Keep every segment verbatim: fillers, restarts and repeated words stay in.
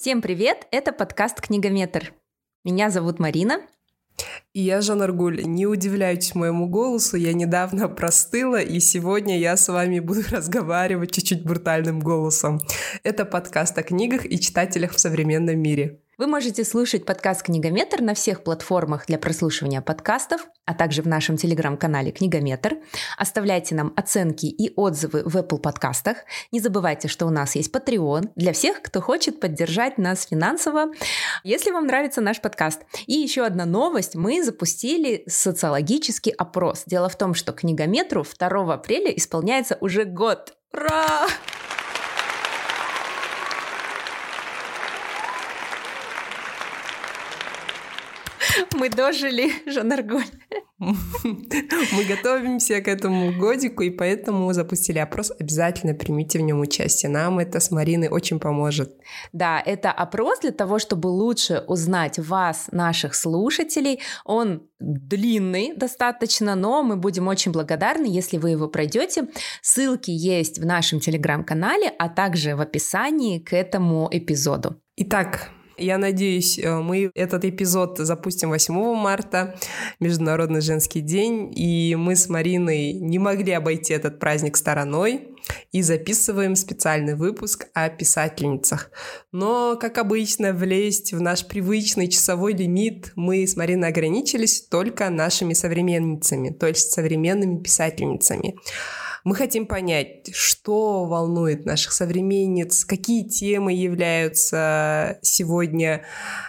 Всем привет! Это подкаст «Книгометр». Меня зовут Марина. И я Жанаргуль. Не удивляйтесь моему голосу, я недавно простыла, и сегодня я с вами буду разговаривать чуть-чуть брутальным голосом. Это подкаст о книгах и читателях в современном мире. Вы можете слушать подкаст «Книгометр» на всех платформах для прослушивания подкастов, а также в нашем телеграм-канале «Книгометр». Оставляйте нам оценки и отзывы в Apple подкастах. Не забывайте, что у нас есть Patreon для всех, кто хочет поддержать нас финансово, если вам нравится наш подкаст. И еще одна новость. Мы запустили социологический опрос. Дело в том, что «Книгометру» второго апреля исполняется уже год. Ура! Мы дожили, Жанаргуль. Мы готовимся к этому годику, и поэтому запустили опрос. Обязательно примите в нем участие. Нам это с Мариной очень поможет. Да, это опрос для того, чтобы лучше узнать вас, наших слушателей. Он длинный достаточно, но мы будем очень благодарны, если вы его пройдете. Ссылки есть в нашем телеграм-канале, а также в описании к этому эпизоду. Итак, я надеюсь, мы этот эпизод запустим восьмого марта, Международный женский день, и мы с Мариной не могли обойти этот праздник стороной и записываем специальный выпуск о писательницах. Но, как обычно, влезть в наш привычный часовой лимит мы с Мариной ограничились только нашими современницами, то есть современными писательницами. Мы хотим понять, что волнует наших современниц, какие темы являются сегодня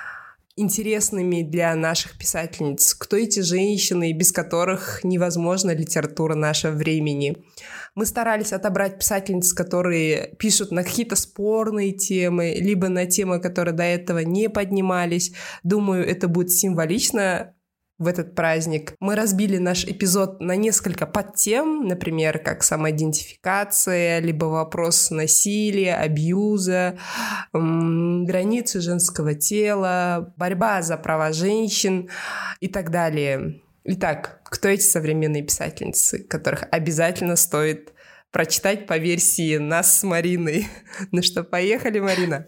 интересными для наших писательниц, кто эти женщины, без которых невозможна литература нашего времени. Мы старались отобрать писательниц, которые пишут на какие-то спорные темы, либо на темы, которые до этого не поднимались. Думаю, это будет символично в этот праздник. Мы разбили наш эпизод на несколько подтем, например, как самоидентификация, либо вопрос насилия, абьюза, м- границы женского тела, борьба за права женщин и так далее. Итак, кто эти современные писательницы, которых обязательно стоит прочитать по версии нас с Мариной? Ну что, поехали, Марина?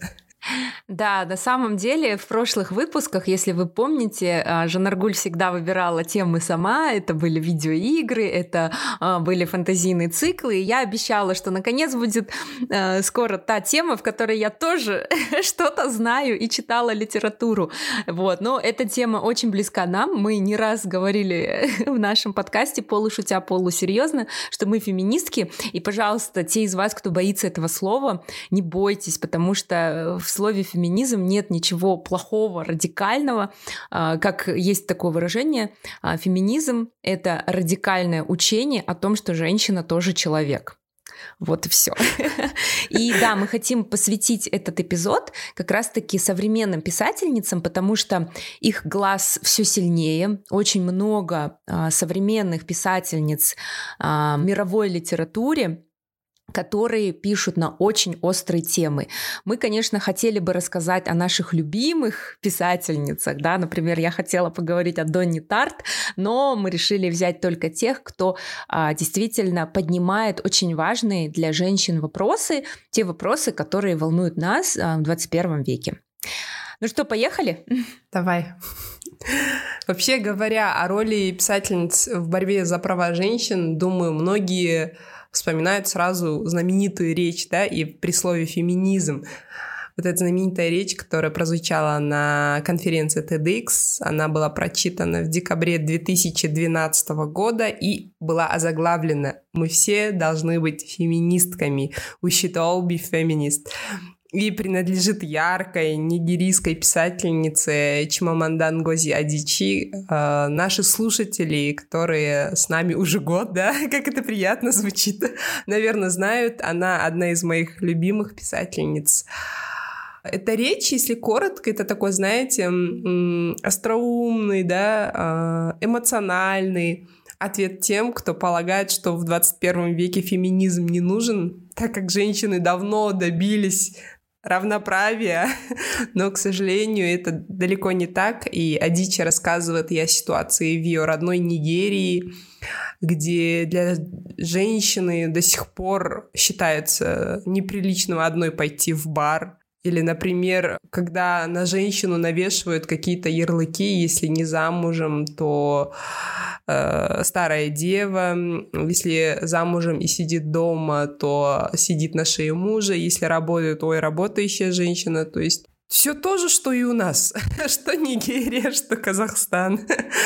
Да, на самом деле в прошлых выпусках, если вы помните, Жанаргуль всегда выбирала темы сама, это были видеоигры, это были фэнтезийные циклы, и я обещала, что наконец будет скоро та тема, в которой я тоже что-то знаю и читала литературу. Вот. Но эта тема очень близка нам, мы не раз говорили в нашем подкасте полушутя, полусерьезно, что мы феминистки, и, пожалуйста, те из вас, кто боится этого слова, не бойтесь, потому что в слове феминизм нет ничего плохого, радикального. Как есть такое выражение, феминизм — это радикальное учение о том, что женщина тоже человек. Вот и все. И да, мы хотим посвятить этот эпизод как раз-таки современным писательницам, потому что их глаз все сильнее. Очень много современных писательниц в мировой литературе, которые пишут на очень острые темы. Мы, конечно, хотели бы рассказать о наших любимых писательницах, да, например, я хотела поговорить о Донни Тарт, но мы решили взять только тех, кто а, действительно поднимает очень важные для женщин вопросы, те вопросы, которые волнуют нас а, в двадцать первом веке. Ну что, поехали? Давай. Вообще говоря о роли писательниц в борьбе за права женщин, думаю, многие вспоминают сразу знаменитую речь, да, и при слове «феминизм». Вот эта знаменитая речь, которая прозвучала на конференции TEDx, она была прочитана в декабре две тысячи двенадцатого года и была озаглавлена «Мы все должны быть феминистками. We should all be feminist». И принадлежит яркой нигерийской писательнице Чимаманда Ngozi Адичи. Э, наши слушатели, которые с нами уже год, да, как это приятно звучит, наверное, знают, она одна из моих любимых писательниц. Эта речь, если коротко, это такой, знаете, остроумный, да, эмоциональный ответ тем, кто полагает, что в двадцать первом веке феминизм не нужен, так как женщины давно добились равноправия, но, к сожалению, это далеко не так, и Адичи рассказывает и о ситуации в ее родной Нигерии, где для женщины до сих пор считается неприличным одной пойти в бар, Или, например, когда на женщину навешивают какие-то ярлыки, если не замужем, то э, старая дева, если замужем и сидит дома, то сидит на шее мужа, если работает, ой, работающая женщина, то есть все то же, что и у нас, что Нигерия, что Казахстан.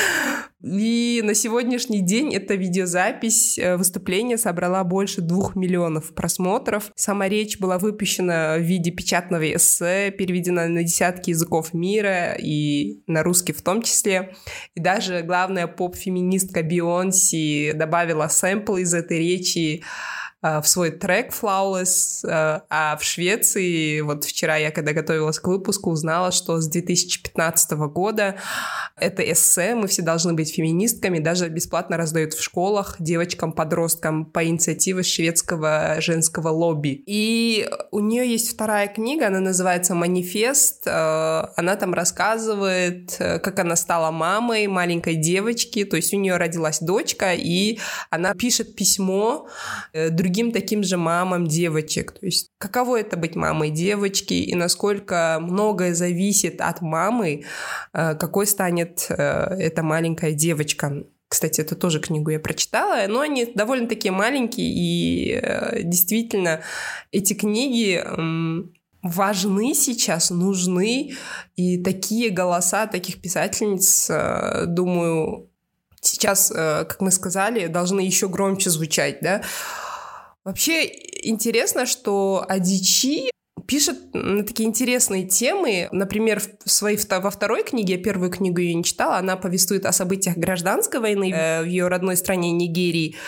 И на сегодняшний день эта видеозапись выступления собрала больше двух миллионов просмотров. Сама речь была выпущена в виде печатного эссе, переведена на десятки языков мира и на русский в том числе. И даже главная поп-феминистка Бейонсе добавила сэмпл из этой речи в свой трек Flawless, а в Швеции, вот вчера я, когда готовилась к выпуску, узнала, что с две тысячи пятнадцатого года это эссе «Мы все должны быть феминистками» даже бесплатно раздают в школах девочкам-подросткам по инициативе шведского женского лобби. И у нее есть вторая книга, она называется «Манифест». Она там рассказывает, как она стала мамой маленькой девочки, то есть у нее родилась дочка, и она пишет письмо другим таким же мамам девочек. То есть каково это быть мамой девочки и насколько многое зависит от мамы, какой станет эта маленькая девочка. Кстати, эту тоже книгу я прочитала, но они довольно-таки маленькие, и действительно эти книги важны сейчас, нужны, и такие голоса таких писательниц, думаю, сейчас, как мы сказали, должны еще громче звучать, да. Вообще интересно, что Адичи пишет на такие интересные темы. Например, в своей, во второй книге, я первую книгу ее не читала, она повествует о событиях гражданской войны в ее родной стране Нигерии.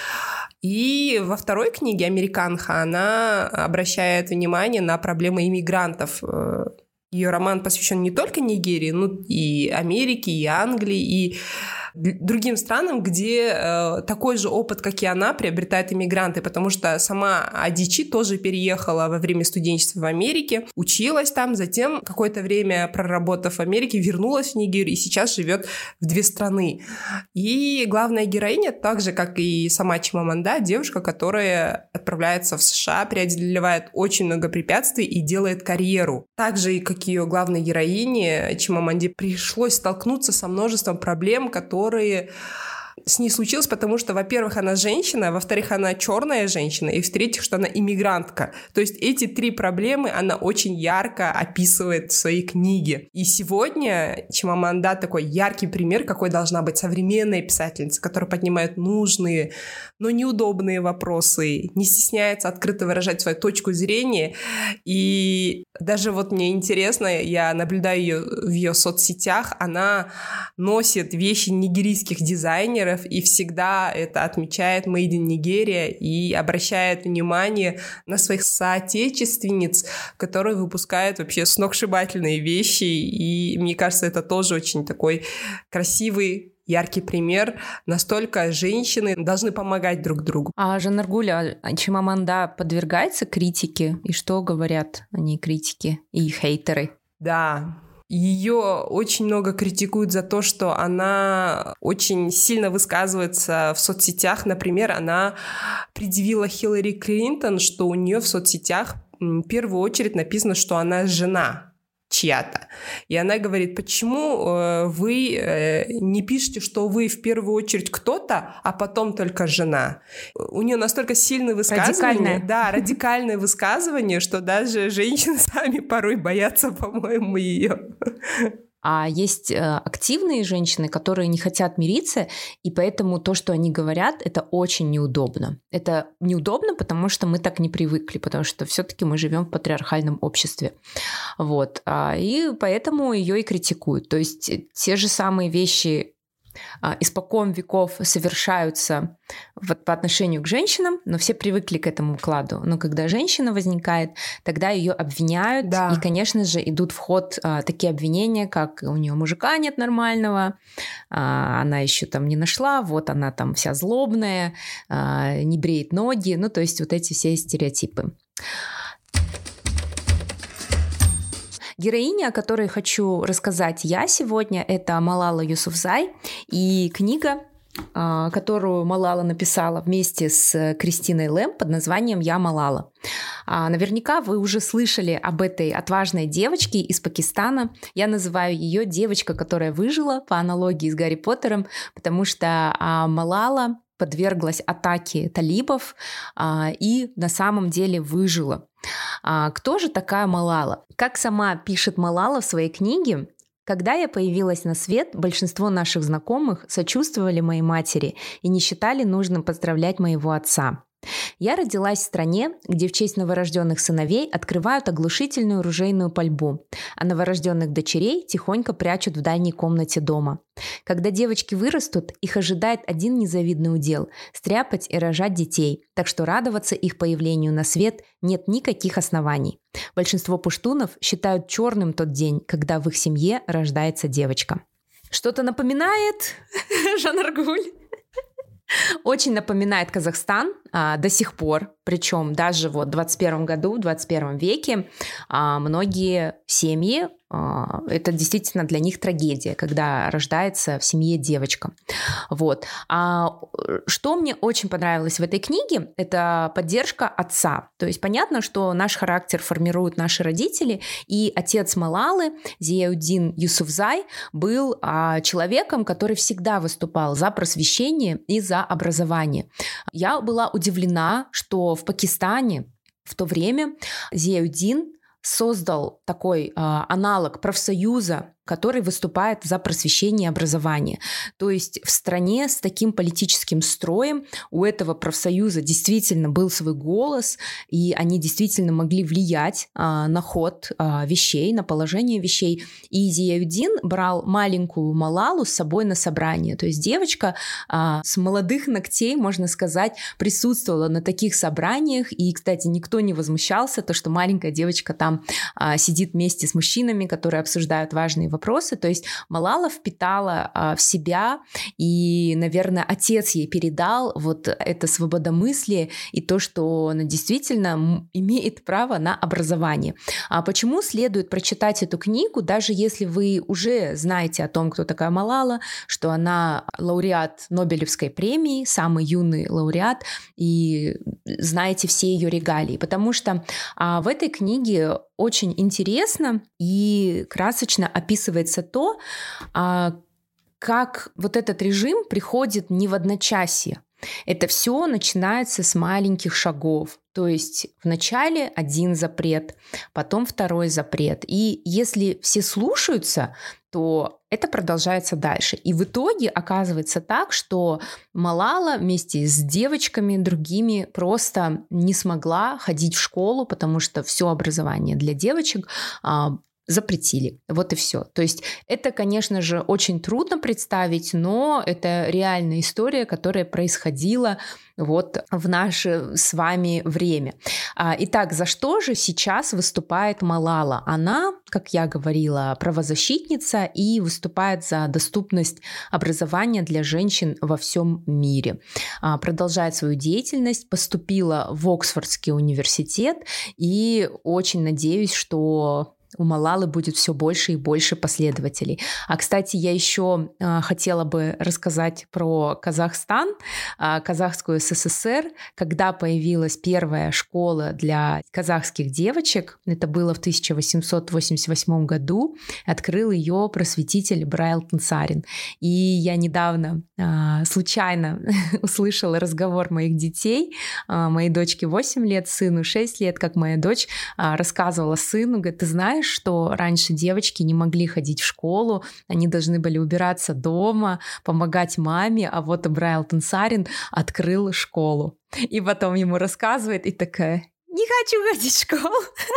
И во второй книге «Американха» она обращает внимание на проблемы иммигрантов. Ее роман посвящен не только Нигерии, но и Америке, и Англии, и другим странам, где э, такой же опыт, как и она, приобретают иммигранты, потому что сама Адичи тоже переехала во время студенчества в Америке, училась там, затем какое-то время, проработав в Америке, вернулась в Нигерию и сейчас живет в две страны. И главная героиня, так же, как и сама Чимаманда, девушка, которая отправляется в США, преодолевает очень много препятствий и делает карьеру. Так же, как ее главной героине, Чимаманде, пришлось столкнуться со множеством проблем, которые с ней случилось, потому что, во-первых, она женщина, во-вторых, она черная женщина, и в-третьих, что она иммигрантка. То есть эти три проблемы она очень ярко описывает в своей книге. И сегодня Чимаманда такой яркий пример, какой должна быть современная писательница, которая поднимает нужные, но неудобные вопросы, не стесняется открыто выражать свою точку зрения. И даже вот мне интересно, я наблюдаю ее в ее соцсетях, она носит вещи нигерийских дизайнеров, и всегда это отмечает Made in Nigeria и обращает внимание на своих соотечественниц, которые выпускают вообще сногсшибательные вещи, и мне кажется, это тоже очень такой красивый, яркий пример. Настолько женщины должны помогать друг другу. А Жанаргуля, Чимаманда подвергается критике? И что говорят о ней критики и хейтеры? Да, ее очень много критикуют за то, что она очень сильно высказывается в соцсетях. Например, она предъявила Хиллари Клинтон, что у нее в соцсетях в первую очередь написано, что она жена чья-то. И она говорит, почему э, вы э, не пишете, что вы в первую очередь кто-то, а потом только жена. У нее настолько сильное высказывание. Радикальное. Да, радикальное высказывание, что даже женщины сами порой боятся, по-моему, ее. А есть э, активные женщины, которые не хотят мириться, и поэтому то, что они говорят, это очень неудобно. Это неудобно, потому что мы так не привыкли, потому что все-таки мы живем в патриархальном обществе. Вот. А, и поэтому ее и критикуют. То есть те же самые вещи испокон веков совершаются вот по отношению к женщинам, но все привыкли к этому укладу. Но когда женщина возникает, тогда ее обвиняют, да. И, конечно же, идут в ход а, такие обвинения, как у нее мужика нет нормального, а, она еще там не нашла, вот она там вся злобная, а, не бреет ноги, ну то есть вот эти все стереотипы. Героиня, о которой хочу рассказать я сегодня, это Малала Юсуфзай, и книга которую Малала написала вместе с Кристиной Лэм под названием «Я Малала». Наверняка вы уже слышали об этой отважной девочке из Пакистана. Я называю ее девочка, которая выжила, по аналогии с Гарри Поттером, потому что Малала подверглась атаке талибов и на самом деле выжила. Кто же такая Малала? Как сама пишет Малала в своей книге, когда я появилась на свет, большинство наших знакомых сочувствовали моей матери и не считали нужным поздравлять моего отца. Я родилась в стране, где в честь новорожденных сыновей открывают оглушительную ружейную пальбу, а новорожденных дочерей тихонько прячут в дальней комнате дома. Когда девочки вырастут, их ожидает один незавидный удел – стряпать и рожать детей, так что радоваться их появлению на свет нет никаких оснований. Большинство пуштунов считают черным тот день, когда в их семье рождается девочка. Что-то напоминает, Жанаргуль? Очень напоминает Казахстан а, до сих пор, причем даже вот в двадцать первом году, в двадцать первом веке а, многие семьи, а, это действительно для них трагедия, когда рождается в семье девочка. Вот. А что мне очень понравилось в этой книге, это поддержка отца. То есть понятно, что наш характер формируют наши родители, и отец Малалы, Зияудин Юсуфзай, был а, человеком, который всегда выступал за просвещение и за образование. Я была удивлена, что в Пакистане в то время Зияудин создал такой э, аналог профсоюза, который выступает за просвещение и образование. То есть в стране с таким политическим строем у этого профсоюза действительно был свой голос, и они действительно могли влиять а, на ход а, вещей, на положение вещей. И Зияудин брал маленькую Малалу с собой на собрание. То есть девочка а, с молодых ногтей, можно сказать, присутствовала на таких собраниях. И, кстати, никто не возмущался, то, что маленькая девочка там а, сидит вместе с мужчинами, которые обсуждают важные вопросы. вопросы, то есть Малала впитала а, в себя, и, наверное, отец ей передал вот это свободомыслие и то, что она действительно имеет право на образование. А почему следует прочитать эту книгу, даже если вы уже знаете о том, кто такая Малала, что она лауреат Нобелевской премии, самый юный лауреат, и знаете все ее регалии, потому что а, в этой книге очень интересно и красочно описывается то, как вот этот режим приходит не в одночасье. Это все начинается с маленьких шагов. То есть вначале один запрет, потом второй запрет. И если все слушаются, то это продолжается дальше. И в итоге оказывается так, что Малала вместе с девочками другими просто не смогла ходить в школу, потому что все образование для девочек а, запретили. Вот и все. То есть это, конечно же, очень трудно представить, но это реальная история, которая происходила вот в наше с вами время. Итак, за что же сейчас выступает Малала? Она, как я говорила, правозащитница и выступает за доступность образования для женщин во всем мире. Продолжает свою деятельность, поступила в Оксфордский университет, и очень надеюсь, что у Малалы будет все больше и больше последователей. А, кстати, я еще э, хотела бы рассказать про Казахстан, э, Казахскую ССР, когда появилась первая школа для казахских девочек. Это было в тысяча восемьсот восемьдесят восьмом году. Открыл ее просветитель Ибраил Тансарин. И я недавно э, случайно услышала разговор моих детей. Э, моей дочке восемь лет, сыну шесть лет, как моя дочь э, рассказывала сыну, говорит: ты знаешь, что раньше девочки не могли ходить в школу, они должны были убираться дома, помогать маме, а вот Ибраил Тансарин открыл школу. И потом ему рассказывает, и такая: не хочу ходить в школу.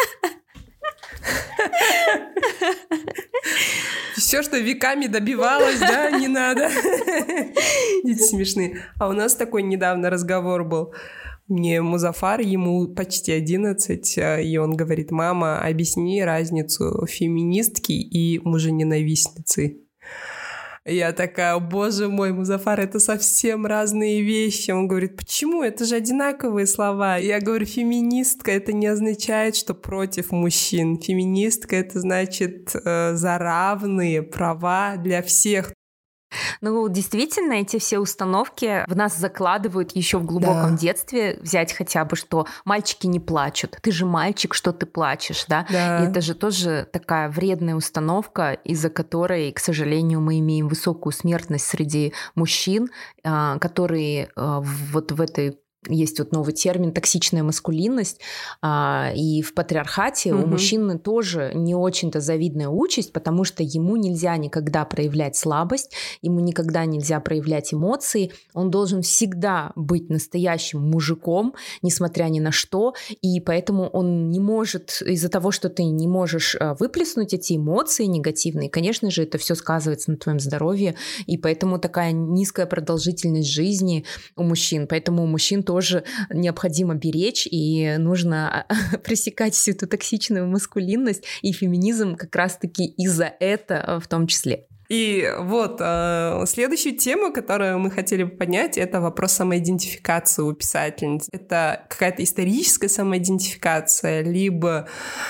Все, что веками добивалось, да, не надо. Дети смешные. А у нас такой недавно разговор был. Мне Музафар, ему почти одиннадцать, и он говорит: мама, объясни разницу феминистки и мужененавистницы. Я такая: боже мой, Музафар, это совсем разные вещи. Он говорит: почему? Это же одинаковые слова. Я говорю: феминистка — это не означает, что против мужчин. Феминистка — это значит э, за равные права для всех. Ну, действительно, эти все установки в нас закладывают еще в глубоком Да. детстве. Взять хотя бы, что мальчики не плачут. Ты же мальчик, что ты плачешь, да? Да. И это же тоже такая вредная установка, из-за которой, к сожалению, мы имеем высокую смертность среди мужчин, а, которые а, вот в этой... Есть вот новый термин «токсичная маскулинность», а, и в патриархате Мгм. у мужчины тоже не очень-то завидная участь, потому что ему нельзя никогда проявлять слабость, ему никогда нельзя проявлять эмоции, он должен всегда быть настоящим мужиком, несмотря ни на что, и поэтому он не может, из-за того, что ты не можешь а, выплеснуть эти эмоции негативные, конечно же, это все сказывается на твоем здоровье, и поэтому такая низкая продолжительность жизни у мужчин, поэтому у мужчин тоже необходимо беречь, и нужно пресекать всю эту токсичную маскулинность и феминизм как раз-таки из-за этого в том числе. И вот э, следующую тему, которую мы хотели бы поднять, это вопрос самоидентификации у писательниц. Это какая-то историческая самоидентификация, либо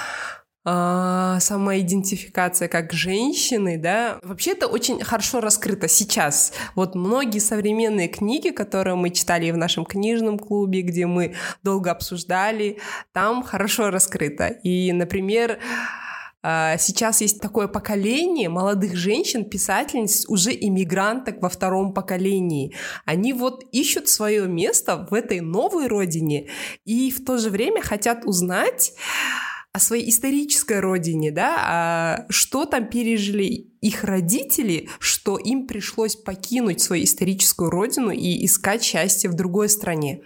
э, самоидентификация как женщины, да. Вообще это очень хорошо раскрыто сейчас. Вот многие современные книги, которые мы читали и в нашем книжном клубе, где мы долго обсуждали, там хорошо раскрыто. И, например, сейчас есть такое поколение молодых женщин, писательниц, уже иммигранток во втором поколении. Они вот ищут свое место в этой новой родине и в то же время хотят узнать о своей исторической родине, да, а что там пережили их родители, что им пришлось покинуть свою историческую родину и искать счастье в другой стране.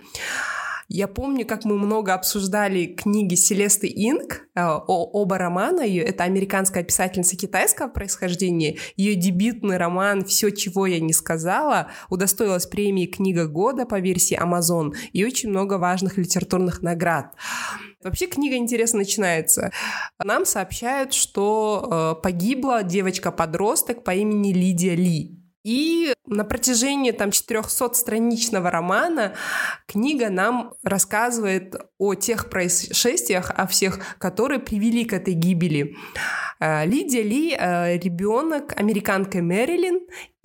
Я помню, как мы много обсуждали книги Селесты Инг, оба романа ее. Это американская писательница китайского происхождения. Ее дебютный роман «Все, чего я не сказала» удостоилась премии «Книга года» по версии Amazon и очень много важных литературных наград. Вообще книга интересно начинается. Нам сообщают, что погибла девочка-подросток по имени Лидия Ли. И на протяжении там четырехсотстраничного романа книга нам рассказывает о тех происшествиях, о всех, которые привели к этой гибели. Лидия Ли — ребенок американки Мэрилин,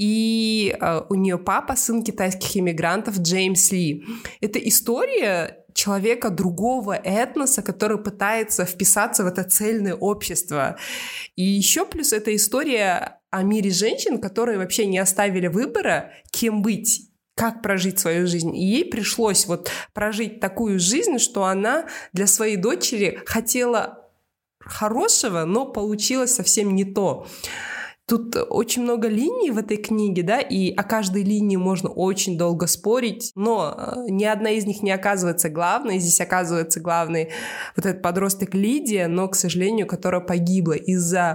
и у нее папа — сын китайских иммигрантов Джеймс Ли. Это история человека другого этноса, который пытается вписаться в это цельное общество. И еще плюс это история о мире женщин, которые вообще не оставили выбора, кем быть, как прожить свою жизнь. И ей пришлось вот прожить такую жизнь, что она для своей дочери хотела хорошего, но получилось совсем не то. Тут очень много линий в этой книге, да, и о каждой линии можно очень долго спорить, но ни одна из них не оказывается главной. Здесь оказывается главной вот этот подросток Лидия, но, к сожалению, которая погибла из-за...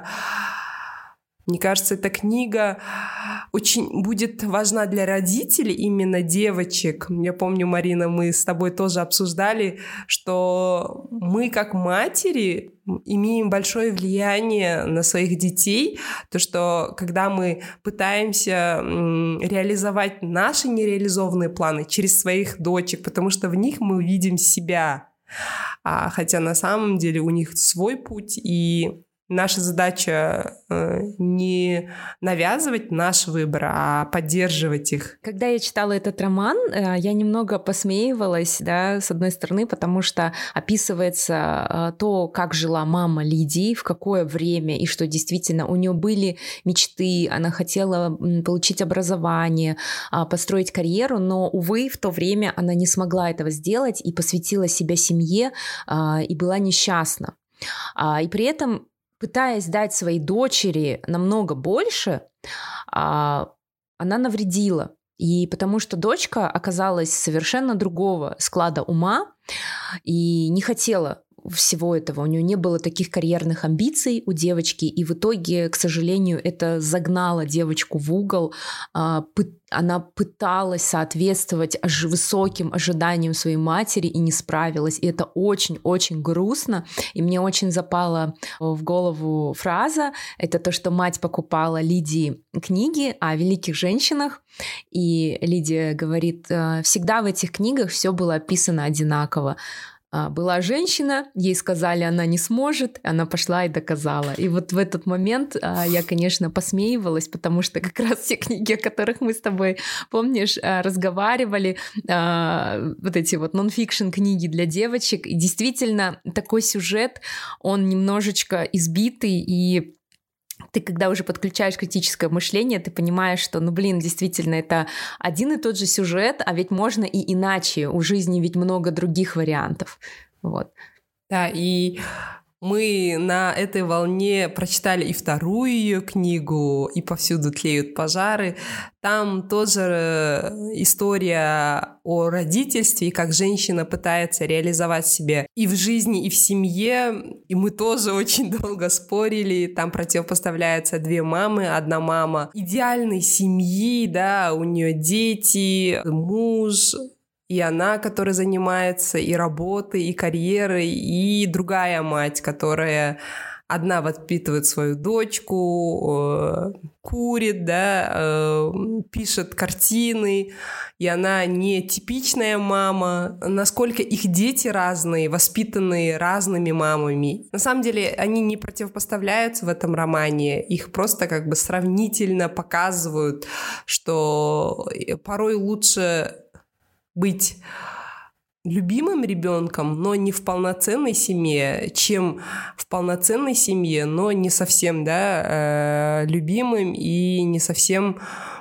Мне кажется, эта книга очень будет важна для родителей, именно девочек. Я помню, Марина, мы с тобой тоже обсуждали, что мы как матери имеем большое влияние на своих детей, то, что когда мы пытаемся реализовать наши нереализованные планы через своих дочек, потому что в них мы видим себя, а, хотя на самом деле у них свой путь, и наша задача э, не навязывать наш выбор, а поддерживать их. Когда я читала этот роман, э, я немного посмеивалась, да, с одной стороны, потому что описывается э, то, как жила мама Лидии, в какое время, и что действительно у нее были мечты, она хотела получить образование, э, построить карьеру, но, увы, в то время она не смогла этого сделать и посвятила себя семье э, и была несчастна. Э, и при этом, пытаясь дать своей дочери намного больше, она навредила. И потому что дочка оказалась совершенно другого склада ума и не хотела всего этого. У нее не было таких карьерных амбиций у девочки, и в итоге, к сожалению, это загнало девочку в угол. Она пыталась соответствовать высоким ожиданиям своей матери и не справилась. И это очень-очень грустно. И мне очень запала в голову фраза. Это то, что мать покупала Лидии книги о великих женщинах. И Лидия говорит, всегда в этих книгах все было описано одинаково. была женщина, ей сказали, она не сможет, она пошла и доказала. И вот в этот момент я, конечно, посмеивалась, потому что как раз все книги, о которых мы с тобой, помнишь, разговаривали, вот эти вот нон-фикшн книги для девочек, и действительно такой сюжет, он немножечко избитый, и ты, когда уже подключаешь критическое мышление, ты понимаешь, что, ну, блин, действительно, это один и тот же сюжет, а ведь можно и иначе. У жизни ведь много других вариантов. Вот. Да, и мы на этой волне прочитали и вторую ее книгу, и «Повсюду тлеют пожары». Там тоже история о родительстве, и как женщина пытается реализовать себя и в жизни, и в семье. И мы тоже очень долго спорили. Там противопоставляются две мамы. Одна мама идеальной семьи, да, у нее дети, муж, и она, которая занимается и работой, и карьерой, и другая мать, которая одна воспитывает свою дочку, э, курит, да, э, пишет картины, и она не типичная мама. Насколько их дети разные, воспитанные разными мамами. На самом деле они не противопоставляются в этом романе, их просто как бы сравнительно показывают, что порой лучше быть любимым ребенком, но не в полноценной семье, чем в полноценной семье, но не совсем, да, э, любимым и не совсем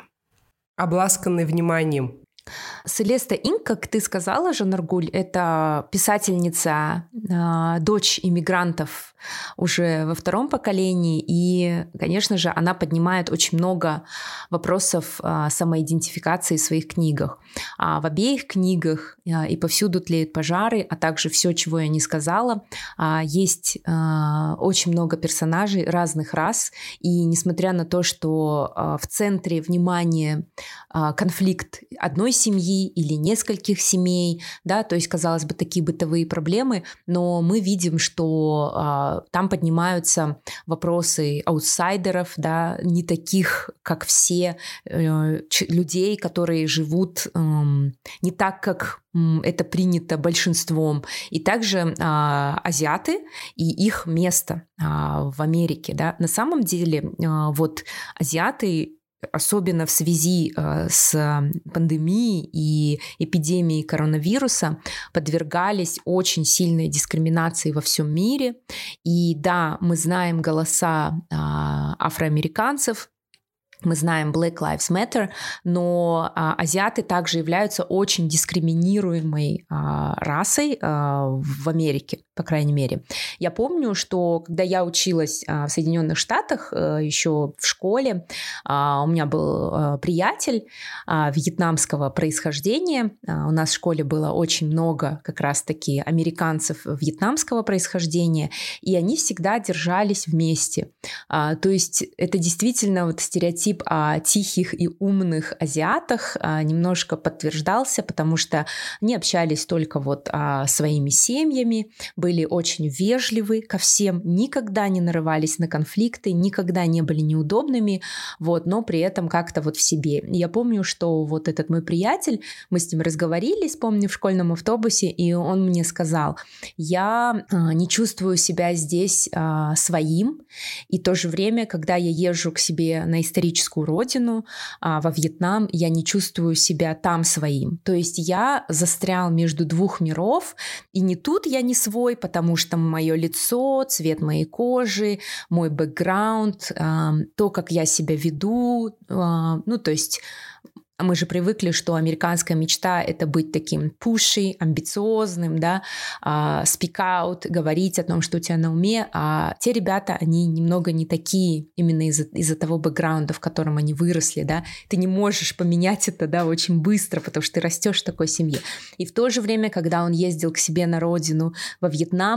обласканный вниманием. Селеста Инг, как ты сказала, Жанаргуль, это писательница, э, дочь иммигрантов уже во втором поколении, и, конечно же, она поднимает очень много вопросов э, самоидентификации в своих книгах. А в обеих книгах э, «И повсюду тлеют пожары», а также «Все, чего я не сказала», э, есть э, очень много персонажей разных рас, и несмотря на то, что э, в центре внимания э, конфликт одной семьи или нескольких семей, да, то есть, казалось бы, такие бытовые проблемы, но мы видим, что а, там поднимаются вопросы аутсайдеров, да, не таких, как все, э, ч- людей, которые живут э, не так, как э, это принято большинством, и также э, азиаты и их место э, в Америке, да. На самом деле, э, вот азиаты, особенно в связи э, с пандемией и эпидемией коронавируса, подвергались очень сильной дискриминации во всем мире. И да, мы знаем голоса э, афроамериканцев, мы знаем Black Lives Matter, но а, азиаты также являются очень дискриминируемой а, расой а, в Америке, по крайней мере. Я помню, что когда я училась а, в Соединенных Штатах а, еще в школе, а, у меня был а, приятель а, вьетнамского происхождения. А, у нас в школе было очень много как раз-таки американцев вьетнамского происхождения, и они всегда держались вместе. А, то есть это действительно вот стереотип о тихих и умных азиатах а, немножко подтверждался, потому что они общались только вот а, своими семьями, были очень вежливы ко всем, никогда не нарывались на конфликты, никогда не были неудобными, вот, но при этом как-то вот в себе. Я помню, что вот этот мой приятель, мы с ним разговорились, помню, в школьном автобусе, и он мне сказал: я а, не чувствую себя здесь а, своим, и в то же время, когда я езжу к себе на историческую родину, а, во Вьетнам, я не чувствую себя там своим. То есть я застрял между двух миров, и не тут я не свой, потому что мое лицо, цвет моей кожи, мой бэкграунд, а, то, как я себя веду, а, ну, то есть мы же привыкли, что американская мечта — это быть таким пуши, амбициозным, да, speak out, говорить о том, что у тебя на уме, а те ребята, они немного не такие именно из-за, из-за того бэкграунда, в котором они выросли, да, ты не можешь поменять это, да, очень быстро, потому что ты растешь в такой семье. И в то же время, когда он ездил к себе на родину во Вьетнам,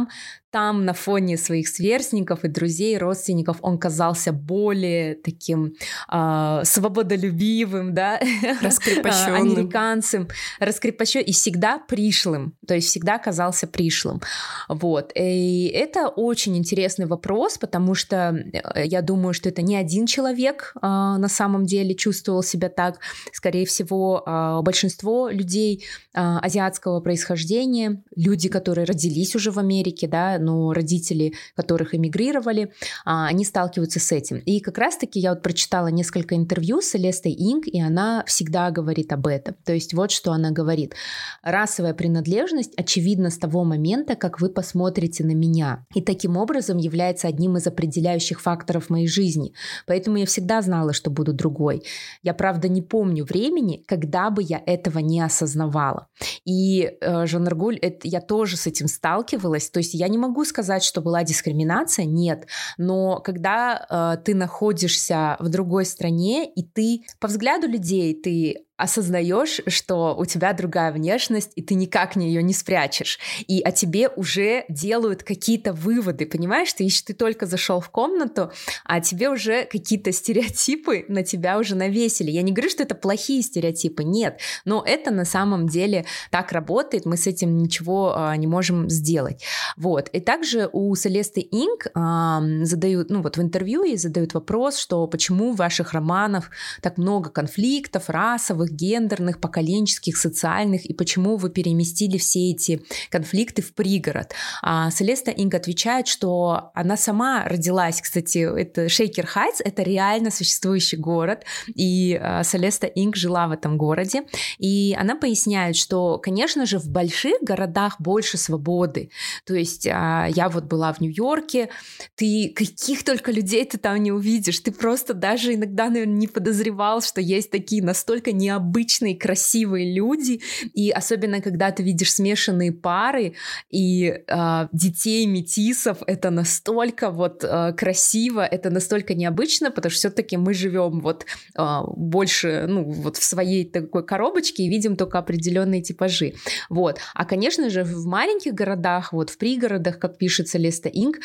там на фоне своих сверстников и друзей, родственников он казался более таким э, свободолюбивым, да, раскрепощенным, американцем, раскрепощенным и всегда пришлым, то есть всегда казался пришлым. Вот. И это очень интересный вопрос, потому что я думаю, что это не один человек э, на самом деле чувствовал себя так. Скорее всего, э, большинство людей э, азиатского происхождения, люди, которые родились уже в Америке, да, но родители которых эмигрировали, э, они сталкиваются с этим. И как раз-таки я вот прочитала несколько интервью с Селестой Инг, и она всегда говорит об этом. То есть вот что она говорит. Расовая принадлежность очевидна с того момента, как вы посмотрите на меня. И таким образом является одним из определяющих факторов моей жизни. Поэтому я всегда знала, что буду другой. Я, правда, не помню времени, когда бы я этого не осознавала. И э, Жанаргуль, это, я тоже с этим сталкивалась. То есть я не могу сказать, что была дискриминация, нет. Но когда э, ты находишься в другой стране, и ты по взгляду людей, ты осознаешь, что у тебя другая внешность, и ты никак ее не спрячешь. И о тебе уже делают какие-то выводы, понимаешь? Ты, ты только зашел в комнату, а тебе уже какие-то стереотипы на тебя уже навесили. Я не говорю, что это плохие стереотипы, нет. Но это на самом деле так работает, мы с этим ничего а, не можем сделать. Вот. И также у Селесты Инг а, задают, ну вот в интервью ей задают вопрос, что почему в ваших романах так много конфликтов, расовых, гендерных, поколенческих, социальных, и почему вы переместили все эти конфликты в пригород. А Селеста Инг отвечает, что она сама родилась, кстати, это Шейкер Хайтс, это реально существующий город, и а, Селеста Инг жила в этом городе, и она поясняет, что, конечно же, в больших городах больше свободы, то есть а, я вот была в Нью-Йорке, ты каких только людей ты там не увидишь, ты просто даже иногда, наверное, не подозревал, что есть такие настолько необычные обычные красивые люди, и особенно когда ты видишь смешанные пары и э, детей метисов, это настолько вот э, красиво, это настолько необычно, потому что все-таки мы живем вот э, больше, ну вот в своей такой коробочке и видим только определенные типажи, вот. А конечно же в маленьких городах, вот в пригородах, как пишет Селеста Инг,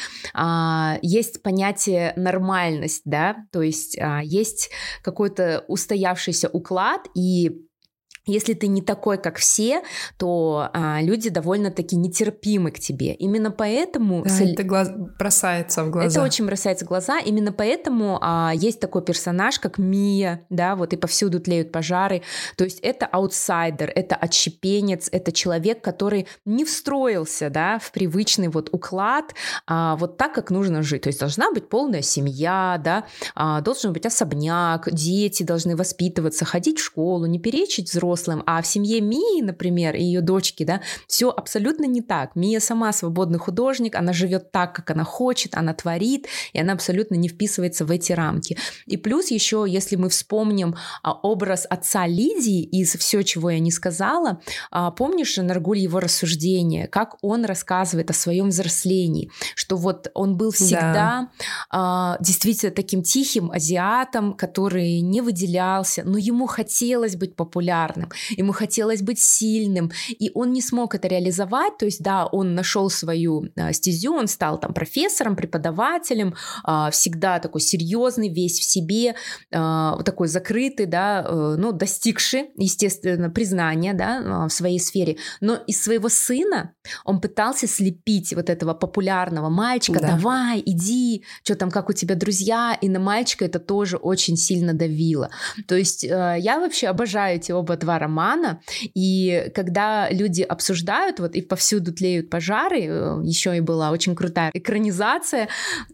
э, есть понятие нормальность, да, то есть э, есть какой-то устоявшийся уклад. И если ты не такой, как все, то а, люди довольно-таки нетерпимы к тебе. Именно поэтому... Да, Сел... это глаз... бросается в глаза. Это очень бросается в глаза. Именно поэтому а, есть такой персонаж, как Мия, да, вот и повсюду тлеют пожары. То есть это аутсайдер, это отщепенец, это человек, который не встроился, да, в привычный вот уклад, а, вот так, как нужно жить. То есть должна быть полная семья, да, а, должен быть особняк, дети должны воспитываться, ходить в школу, не перечить взрослым. А в семье Мии, например, и ее дочки, да, все абсолютно не так. Мия сама свободный художник, она живет так, как она хочет, она творит, и она абсолютно не вписывается в эти рамки. И плюс еще, если мы вспомним а, образ отца Лидии из «Все, чего я не сказала», а, помнишь, Жанаргуль, его рассуждение, как он рассказывает о своем взрослении, что вот он был всегда да. а, действительно таким тихим азиатом, который не выделялся, но ему хотелось быть популярным, ему хотелось быть сильным, и он не смог это реализовать, то есть, да, он нашел свою а, стезю, он стал там профессором, преподавателем, а, всегда такой серьезный, весь в себе, а, вот такой закрытый, да, а, ну, достигший, естественно, признания, да, в своей сфере, но из своего сына он пытался слепить вот этого популярного мальчика, да. Давай, иди, что там, как у тебя друзья, и на мальчика это тоже очень сильно давило, то есть а, я вообще обожаю эти оба два романа, и когда люди обсуждают, вот и повсюду тлеют пожары, еще и была очень крутая экранизация,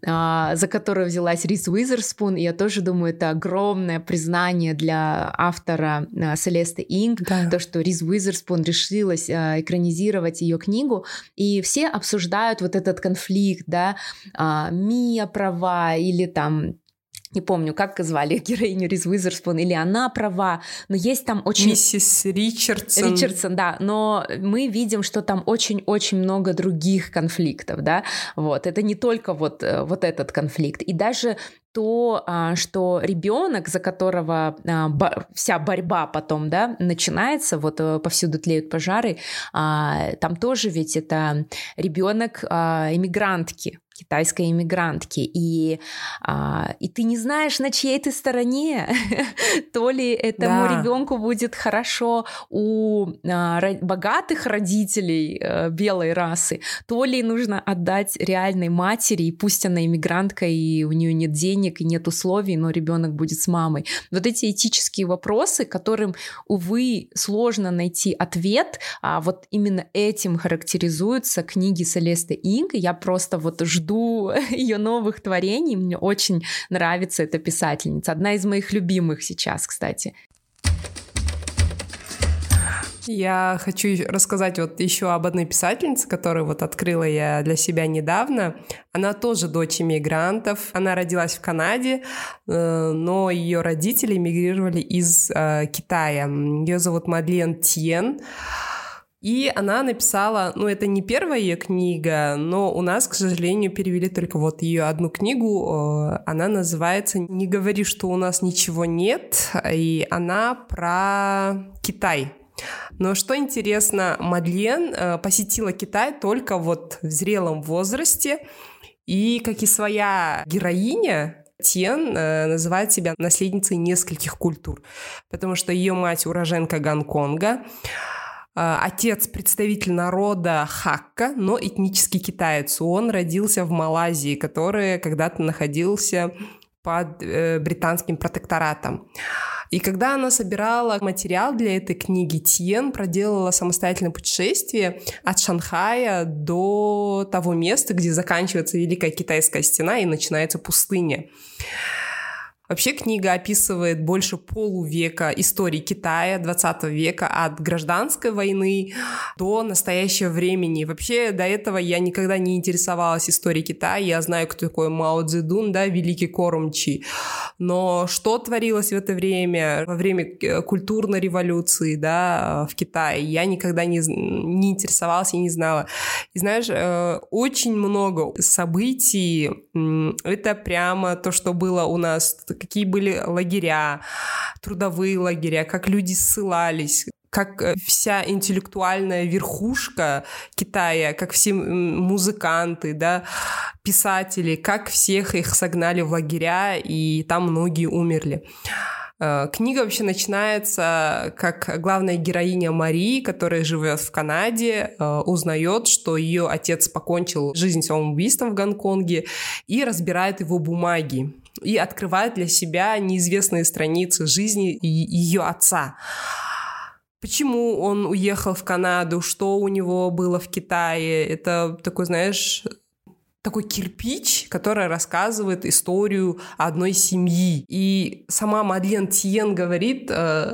за которую взялась Риз Уизерспун, и я тоже думаю, это огромное признание для автора Селесты Инг, да. То, что Риз Уизерспун решилась экранизировать ее книгу, и все обсуждают вот этот конфликт, да, Мия права или там Не помню, как звали героиню Риз Уизерспун, или она права, но есть там очень... Миссис Ричардсон. Ричардсон, да, но мы видим, что там очень-очень много других конфликтов, да, вот, это не только вот, вот этот конфликт, и даже то, что ребенок, за которого вся борьба потом, да, начинается, вот повсюду тлеют пожары, там тоже ведь это ребенок иммигрантки, китайской иммигрантки, и, а, и ты не знаешь, на чьей ты стороне, то ли этому да. ребенку будет хорошо у а, ро- богатых родителей а, белой расы, то ли нужно отдать реальной матери, и пусть она иммигрантка, и у нее нет денег, и нет условий, но ребенок будет с мамой. Вот эти этические вопросы, которым, увы, сложно найти ответ, а вот именно этим характеризуются книги Селесты Инг, я просто вот жду ее новых творений. Мне очень нравится эта писательница. Одна из моих любимых сейчас, кстати. Я хочу рассказать вот еще об одной писательнице, которую вот открыла я для себя недавно. Она тоже дочь иммигрантов. Она родилась в Канаде, но ее родители эмигрировали из Китая. Ее зовут Мадлен Тьен. И она написала, ну, это не первая ее книга, но у нас, к сожалению, перевели только вот ее одну книгу. Она называется «Не говори, что у нас ничего нет», и она про Китай. Но что интересно, Мадлен посетила Китай только вот в зрелом возрасте, и, как и своя героиня, Тьен называет себя наследницей нескольких культур, потому что ее мать уроженка Гонконга, отец представитель народа Хакка, но этнический китаец. Он родился в Малайзии, который когда-то находился под э, британским протекторатом. И когда она собирала материал для этой книги, Тьен проделала самостоятельное путешествие от Шанхая до того места, где заканчивается Великая Китайская стена и начинается пустыня. Вообще книга описывает больше полувека истории Китая двадцатого века, от гражданской войны до настоящего времени. Вообще до этого я никогда не интересовалась историей Китая. Я знаю, кто такой Мао Цзэдун, да, великий кормчий. Но что творилось в это время, во время культурной революции, да, в Китае, я никогда не, не интересовалась и не знала. И знаешь, очень много событий, это прямо то, что было у нас, какие были лагеря, трудовые лагеря, как люди ссылались, как вся интеллектуальная верхушка Китая, как все музыканты, да, писатели, как всех их согнали в лагеря, и там многие умерли. Книга вообще начинается, как главная героиня Мари, которая живет в Канаде, узнает, что ее отец покончил жизнь самоубийством в Гонконге, и разбирает его бумаги, и открывает для себя неизвестные страницы жизни ее отца. Почему он уехал в Канаду, что у него было в Китае. Это такой, знаешь, такой кирпич, который рассказывает историю одной семьи. И сама Мадлен Тьен говорит,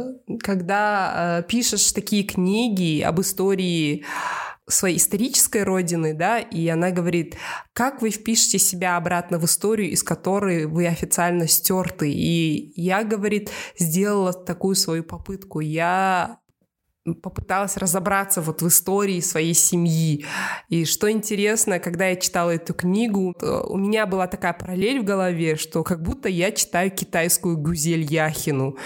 когда пишешь такие книги об истории своей исторической родины, да, и она говорит, как вы впишете себя обратно в историю, из которой вы официально стерты. И я, говорит, сделала такую свою попытку. Я попыталась разобраться вот в истории своей семьи. И что интересно, когда я читала эту книгу, у меня была такая параллель в голове, что как будто я читаю китайскую Гюзель Яхину.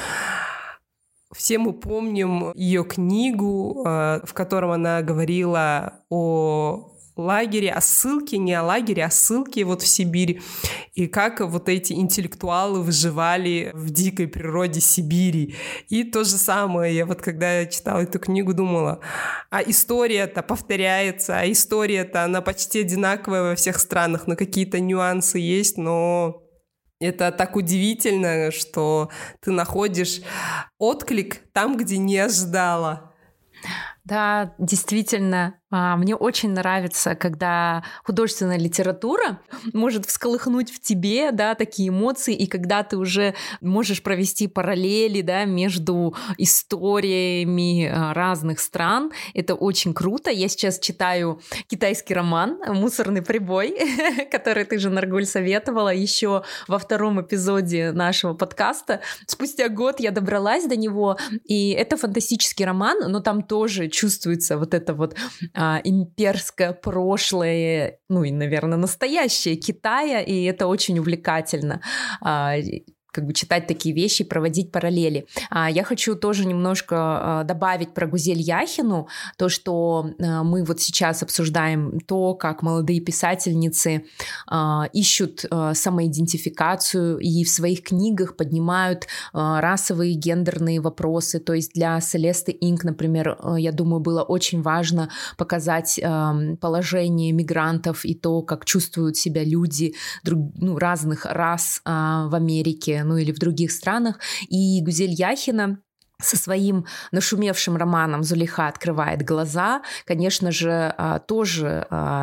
Все мы помним ее книгу, в которой она говорила о лагере, о ссылке, не о лагере, а ссылке вот в Сибирь, и как вот эти интеллектуалы выживали в дикой природе Сибири. И то же самое, я вот когда я читала эту книгу, думала, а история-то повторяется, а история-то, она почти одинаковая во всех странах, но какие-то нюансы есть, но это так удивительно, что ты находишь отклик там, где не ожидала. Да, действительно. Мне очень нравится, когда художественная литература может всколыхнуть в тебе, да, такие эмоции, и когда ты уже можешь провести параллели, да, между историями разных стран. Это очень круто. Я сейчас читаю китайский роман «Мусорный прибой», который ты же, Наргуль, советовала еще во втором эпизоде нашего подкаста. Спустя год я добралась до него, и это фантастический роман, но там тоже чувствуется вот это вот имперское прошлое, ну и, наверное, настоящее Китая, и это очень увлекательно. Как бы читать такие вещи, проводить параллели. Я хочу тоже немножко добавить про Гузель Яхину, то, что мы вот сейчас обсуждаем то, как молодые писательницы ищут самоидентификацию и в своих книгах поднимают расовые и гендерные вопросы. То есть для Селесты Инг, например, я думаю, было очень важно показать положение мигрантов и то, как чувствуют себя люди друг, ну, разных рас в Америке, ну или в других странах. И Гузель Яхина со своим нашумевшим романом «Зулейха открывает глаза», конечно же, тоже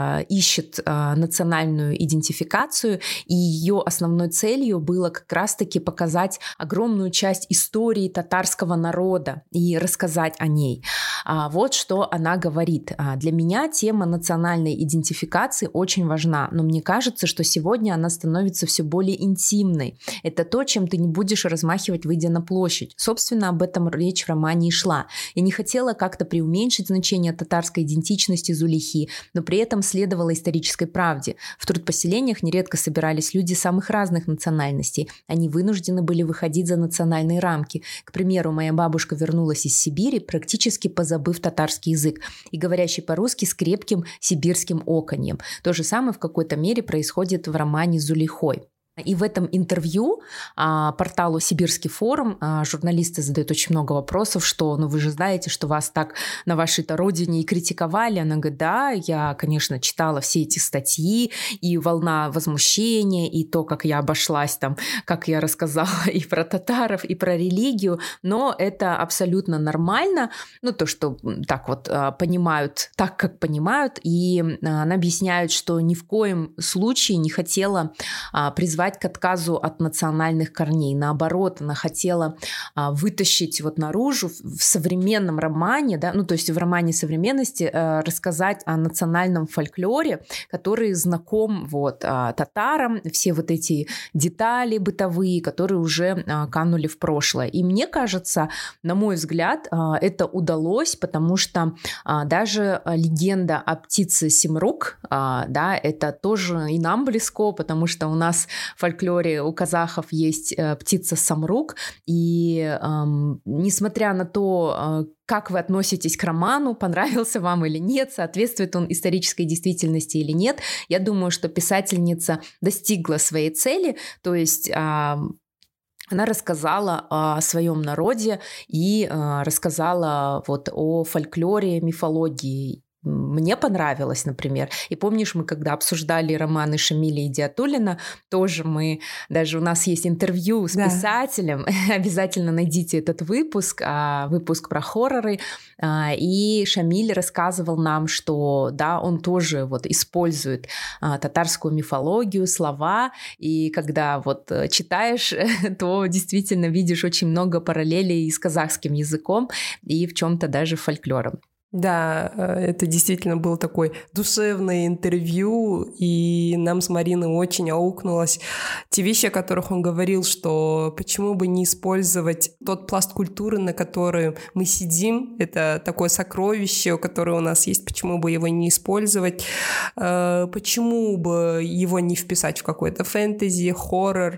ищет национальную идентификацию, и ее основной целью было как раз-таки показать огромную часть истории татарского народа и рассказать о ней. Вот что она говорит. Для меня тема национальной идентификации очень важна, но мне кажется, что сегодня она становится все более интимной. Это то, чем ты не будешь размахивать, выйдя на площадь. Собственно, об этом речь в романе и шла. Я не хотела как-то преуменьшить значение татарской идентичности Зулейхи, но при этом следовала исторической правде. В трудпоселениях нередко собирались люди самых разных национальностей. Они вынуждены были выходить за национальные рамки. К примеру, моя бабушка вернулась из Сибири, практически позабыв татарский язык, и говорящий по-русски с крепким сибирским оканьем. То же самое в какой-то мере происходит в романе с Зулейхой. И в этом интервью а, порталу «Сибирский форум» а, журналисты задают очень много вопросов, что, ну вы же знаете, что вас так на вашей-то родине и критиковали. Она говорит, да, я, конечно, читала все эти статьи, и волна возмущения, и то, как я обошлась там, как я рассказала и про татаров, и про религию, но это абсолютно нормально, ну то, что так вот а, понимают, так, как понимают, и а, она объясняет, что ни в коем случае не хотела а, призвать к отказу от национальных корней. Наоборот, она хотела а, вытащить вот наружу в, в современном романе, да, ну то есть в романе современности а, рассказать о национальном фольклоре, который знаком вот а, татарам, все вот эти детали бытовые, которые уже а, канули в прошлое. И мне кажется, на мой взгляд, а, это удалось, потому что а, даже легенда о птице Симрук, а, да, это тоже и нам близко, потому что у нас в фольклоре у казахов есть э, птица Самрук, и э, несмотря на то, э, как вы относитесь к роману, понравился вам или нет, соответствует он исторической действительности или нет, я думаю, что писательница достигла своей цели, то есть... Э, Она рассказала о своем народе и э, рассказала вот о фольклоре, мифологии. Мне понравилось, например. И помнишь, мы когда обсуждали романы Шамиля Идиатуллина, тоже мы, даже у нас есть интервью с да. писателем, обязательно найдите этот выпуск, выпуск про хорроры, и Шамиль рассказывал нам, что да, он тоже вот использует татарскую мифологию, слова, и когда вот читаешь, то действительно видишь очень много параллелей с казахским языком и в чем-то даже фольклором. Да, это действительно было такое душевное интервью, и нам с Мариной очень аукнулось те вещи, о которых он говорил, что почему бы не использовать тот пласт культуры, на который мы сидим, это такое сокровище, которое у нас есть, почему бы его не использовать, почему бы его не вписать в какой-то фэнтези, хоррор,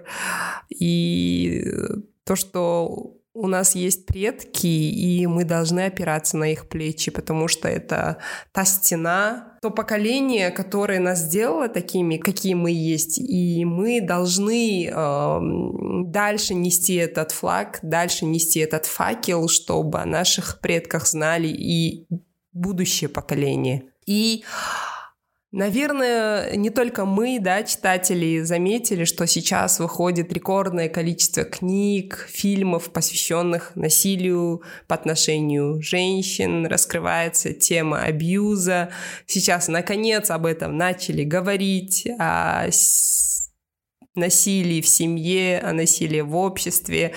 и то, что... У нас есть предки, и мы должны опираться на их плечи, потому что это та стена, то поколение, которое нас сделало такими, какие мы есть, и мы должны э, дальше нести этот флаг, дальше нести этот факел, чтобы о наших предках знали и будущее поколение. И Наверное, не только мы, да, читатели, заметили, что сейчас выходит рекордное количество книг, фильмов, посвященных насилию по отношению женщин, раскрывается тема абьюза. Сейчас, наконец, об этом начали говорить, о насилии в семье, о насилии в обществе.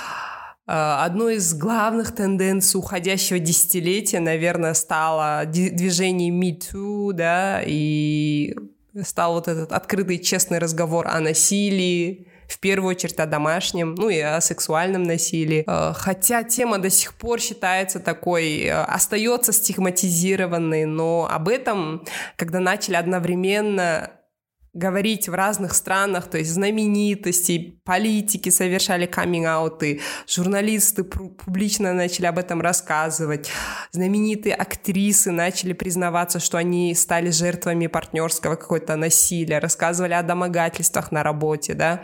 Одной из главных тенденций уходящего десятилетия, наверное, стало движение Me Too, да, и стал вот этот открытый, честный разговор о насилии, в первую очередь о домашнем, ну и о сексуальном насилии. Хотя тема до сих пор считается такой, остается стигматизированной, но об этом, когда начали одновременно говорить в разных странах, то есть знаменитости, политики совершали каминг-ауты, журналисты публично начали об этом рассказывать, знаменитые актрисы начали признаваться, что они стали жертвами партнерского какого-то насилия, рассказывали о домогательствах на работе, да,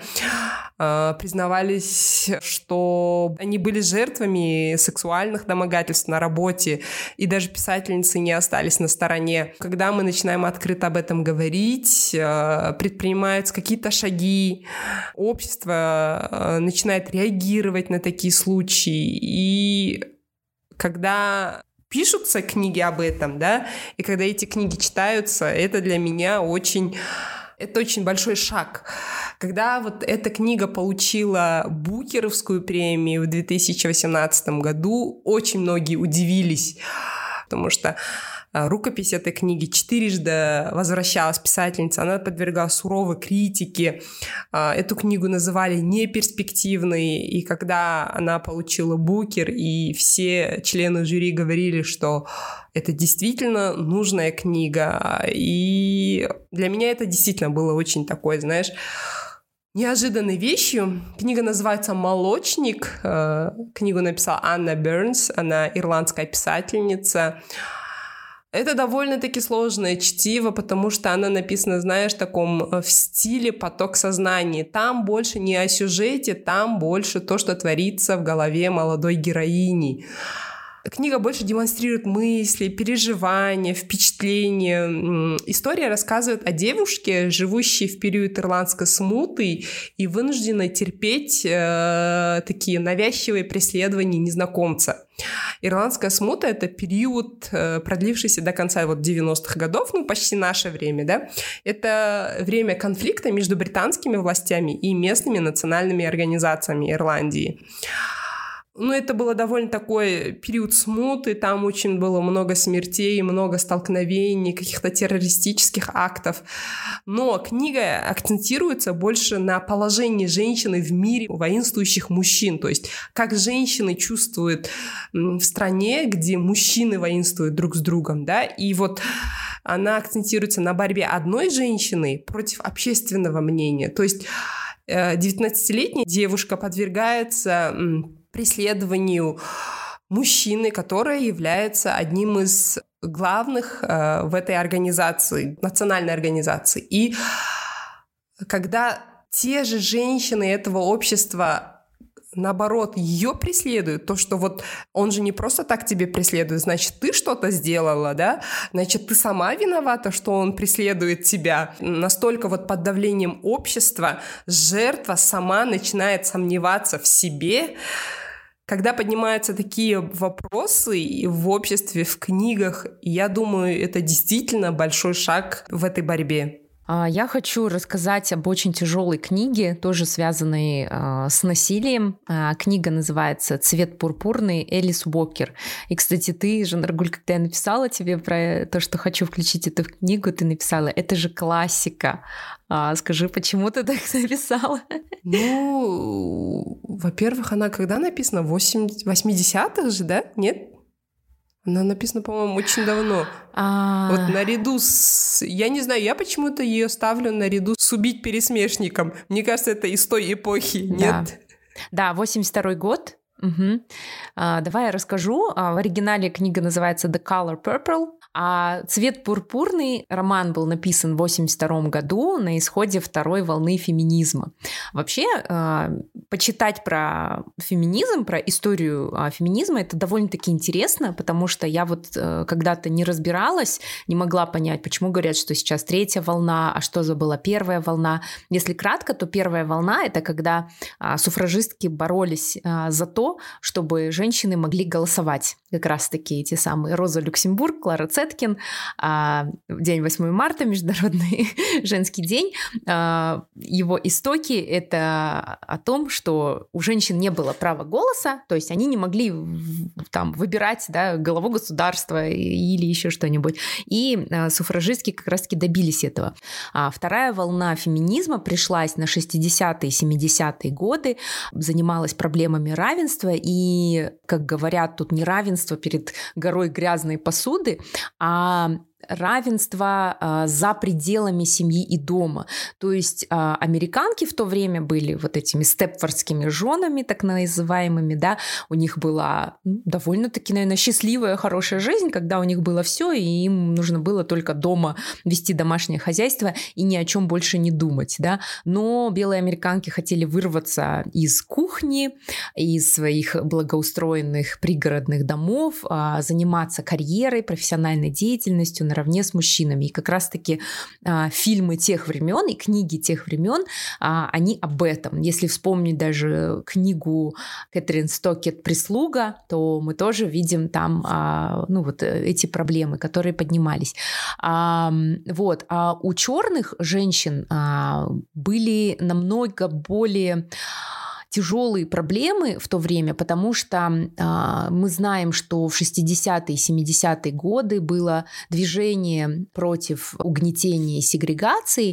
признавались, что они были жертвами сексуальных домогательств на работе, и даже писательницы не остались на стороне. Когда мы начинаем открыто об этом говорить, предпринимаются какие-то шаги, общество начинает реагировать на такие случаи, и когда пишутся книги об этом, да, и когда эти книги читаются, это для меня очень... Это очень большой шаг. Когда вот эта книга получила Букеровскую премию в две тысячи восемнадцатом году, очень многие удивились, потому что рукопись этой книги четырежды возвращалась писательница, она подвергалась суровой критике. Эту книгу называли неперспективной, и когда она получила Букер, и все члены жюри говорили, что это действительно нужная книга, и для меня это действительно было очень такой, знаешь, неожиданной вещью. Книга называется «Молочник». Книгу написала Анна Бернс, она ирландская писательница. Это довольно-таки сложное чтиво, потому что она написана, знаешь, в таком в стиле поток сознания. Там больше не о сюжете, там больше то, что творится в голове молодой героини. Книга больше демонстрирует мысли, переживания, впечатления. История рассказывает о девушке, живущей в период ирландской смуты и вынужденной терпеть э, такие навязчивые преследования незнакомца. Ирландская смута — это период, э, продлившийся до конца вот, девяностых годов, ну, почти наше время, да. Это время конфликта между британскими властями и местными национальными организациями Ирландии. Ну, это было довольно такой период смуты, там очень было много смертей, много столкновений, каких-то террористических актов. Но книга акцентируется больше на положении женщины в мире воинствующих мужчин, то есть как женщины чувствуют в стране, где мужчины воинствуют друг с другом, да, и вот она акцентируется на борьбе одной женщины против общественного мнения, то есть девятнадцатилетняя девушка подвергается преследованию мужчины, который является одним из главных э, в этой организации, национальной организации. И когда те же женщины этого общества, наоборот, ее преследуют, то, что вот он же не просто так тебе преследует, значит, ты что-то сделала, да? Значит, ты сама виновата, что он преследует тебя. Настолько вот под давлением общества жертва сама начинает сомневаться в себе. Когда поднимаются такие вопросы в обществе, в книгах, я думаю, это действительно большой шаг в этой борьбе. Я хочу рассказать об очень тяжелой книге, тоже связанной э, с насилием. Э, книга называется «Цвет пурпурный» Элис Уокер. И, кстати, ты, Жанаргуль, когда я написала тебе про то, что хочу включить эту книгу, ты написала, это же классика. А, скажи, почему ты так написала? Ну, во-первых, она когда написана? В восьмидесятых же, да? Нет? Она написана, по-моему, очень давно. А... Вот наряду с... Я не знаю, я почему-то ее ставлю наряду с «Убить пересмешником». Мне кажется, это из той эпохи, нет? Да, да восемьдесят второй год. Угу. А, давай я расскажу. А, в оригинале книга называется The Color Purple, а «Цвет пурпурный» роман был написан в восемьдесят втором году на исходе второй волны феминизма. Вообще, а, почитать про феминизм, про историю а, феминизма, это довольно-таки интересно, потому что я вот а, когда-то не разбиралась, не могла понять, почему говорят, что сейчас третья волна, а что за была первая волна. Если кратко, то первая волна — это когда а, суфражистки боролись а, за то, чтобы женщины могли голосовать. Как раз-таки эти самые Роза Люксембург, Клара Цеткин, день восьмого марта, Международный женский день. Его истоки — это о том, что у женщин не было права голоса, то есть они не могли там выбирать, да, главу государства или еще что-нибудь. И суфражистки как раз-таки добились этого. А вторая волна феминизма пришлась на шестидесятые, семидесятые годы, занималась проблемами равенства, и, как говорят, тут не равенство перед горой грязной посуды, а равенство а, за пределами семьи и дома. То есть а, американки в то время были вот этими степфордскими женами, так называемыми, да, у них была довольно-таки, наверное, счастливая, хорошая жизнь, когда у них было все, и им нужно было только дома вести домашнее хозяйство и ни о чем больше не думать, да. Но белые американки хотели вырваться из кухни, из своих благоустроенных пригородных домов, а, заниматься карьерой, профессиональной деятельностью наравне с мужчинами. И как раз-таки а, фильмы тех времен и книги тех времен, а, они об этом. Если вспомнить даже книгу Кэтрин Стокетт «Прислуга», то мы тоже видим там а, ну, вот эти проблемы, которые поднимались. А, вот. А у черных женщин а, были намного более тяжелые проблемы в то время, потому что э, мы знаем, что в шестидесятые и семидесятые годы было движение против угнетения и сегрегации,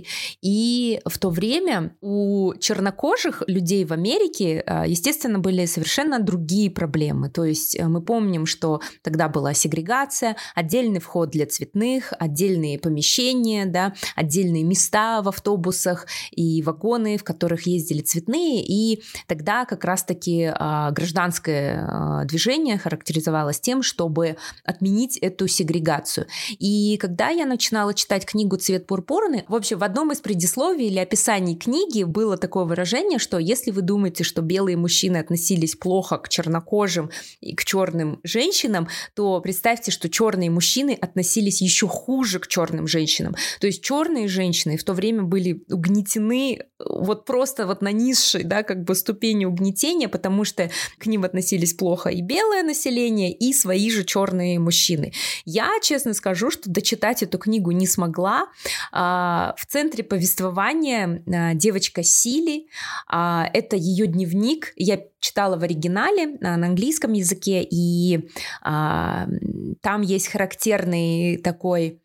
и в то время у чернокожих людей в Америке, э, естественно, были совершенно другие проблемы. То есть мы помним, что тогда была сегрегация, отдельный вход для цветных, отдельные помещения, да, отдельные места в автобусах и вагоны, в которых ездили цветные, и тогда как раз-таки а, гражданское а, движение характеризовалось тем, чтобы отменить эту сегрегацию. И когда я начинала читать книгу «Цвет пурпурный», в общем, в одном из предисловий или описаний книги было такое выражение, что если вы думаете, что белые мужчины относились плохо к чернокожим и к черным женщинам, то представьте, что черные мужчины относились еще хуже к черным женщинам. То есть черные женщины в то время были угнетены вот просто вот на низшей, да, как бы ступени угнетения, потому что к ним относились плохо и белое население, и свои же черные мужчины. Я, честно скажу, что дочитать эту книгу не смогла. В центре повествования девочка Сили, это ее дневник, я читала в оригинале на английском языке, и там есть характерный такой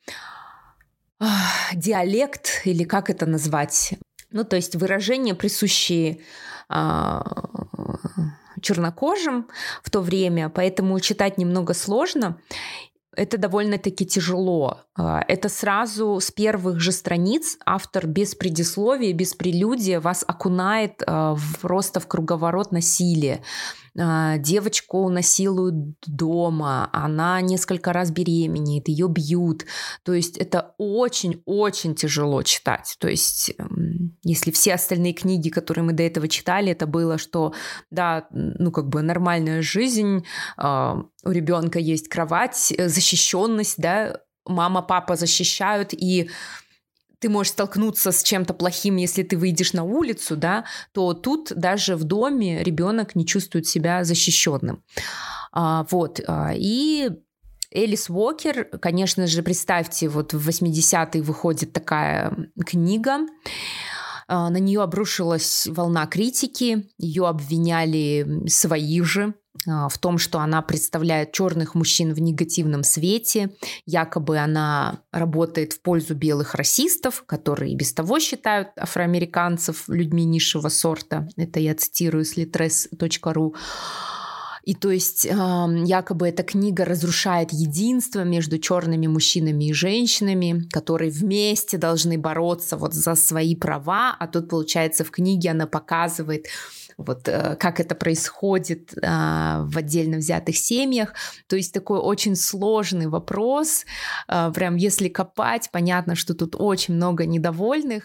диалект, или как это назвать, ну, то есть выражения, присущие а, чернокожим в то время, поэтому читать немного сложно. Это довольно-таки тяжело. Это сразу с первых же страниц автор без предисловия, без прелюдии вас окунает просто в круговорот насилия. Девочку насилуют дома, она несколько раз беременеет, ее бьют. То есть это очень-очень тяжело читать. То есть если все остальные книги, которые мы до этого читали, это было, что да, ну как бы нормальная жизнь, у ребенка есть кровать, защищенность, да, мама, папа защищают, и ты можешь столкнуться с чем-то плохим, если ты выйдешь на улицу, да, то тут даже в доме ребенок не чувствует себя защищенным. А, вот. И Элис Уокер, конечно же, представьте, вот в восьмидесятые выходит такая книга, на нее обрушилась волна критики, ее обвиняли свои же в том, что она представляет черных мужчин в негативном свете, якобы она работает в пользу белых расистов, которые и без того считают афроамериканцев людьми низшего сорта. Это я цитирую с литрес точка ру. И то есть якобы эта книга разрушает единство между черными мужчинами и женщинами, которые вместе должны бороться вот за свои права, а тут, получается, в книге она показывает вот как это происходит в отдельно взятых семьях. То есть такой очень сложный вопрос. Прям если копать, понятно, что тут очень много недовольных.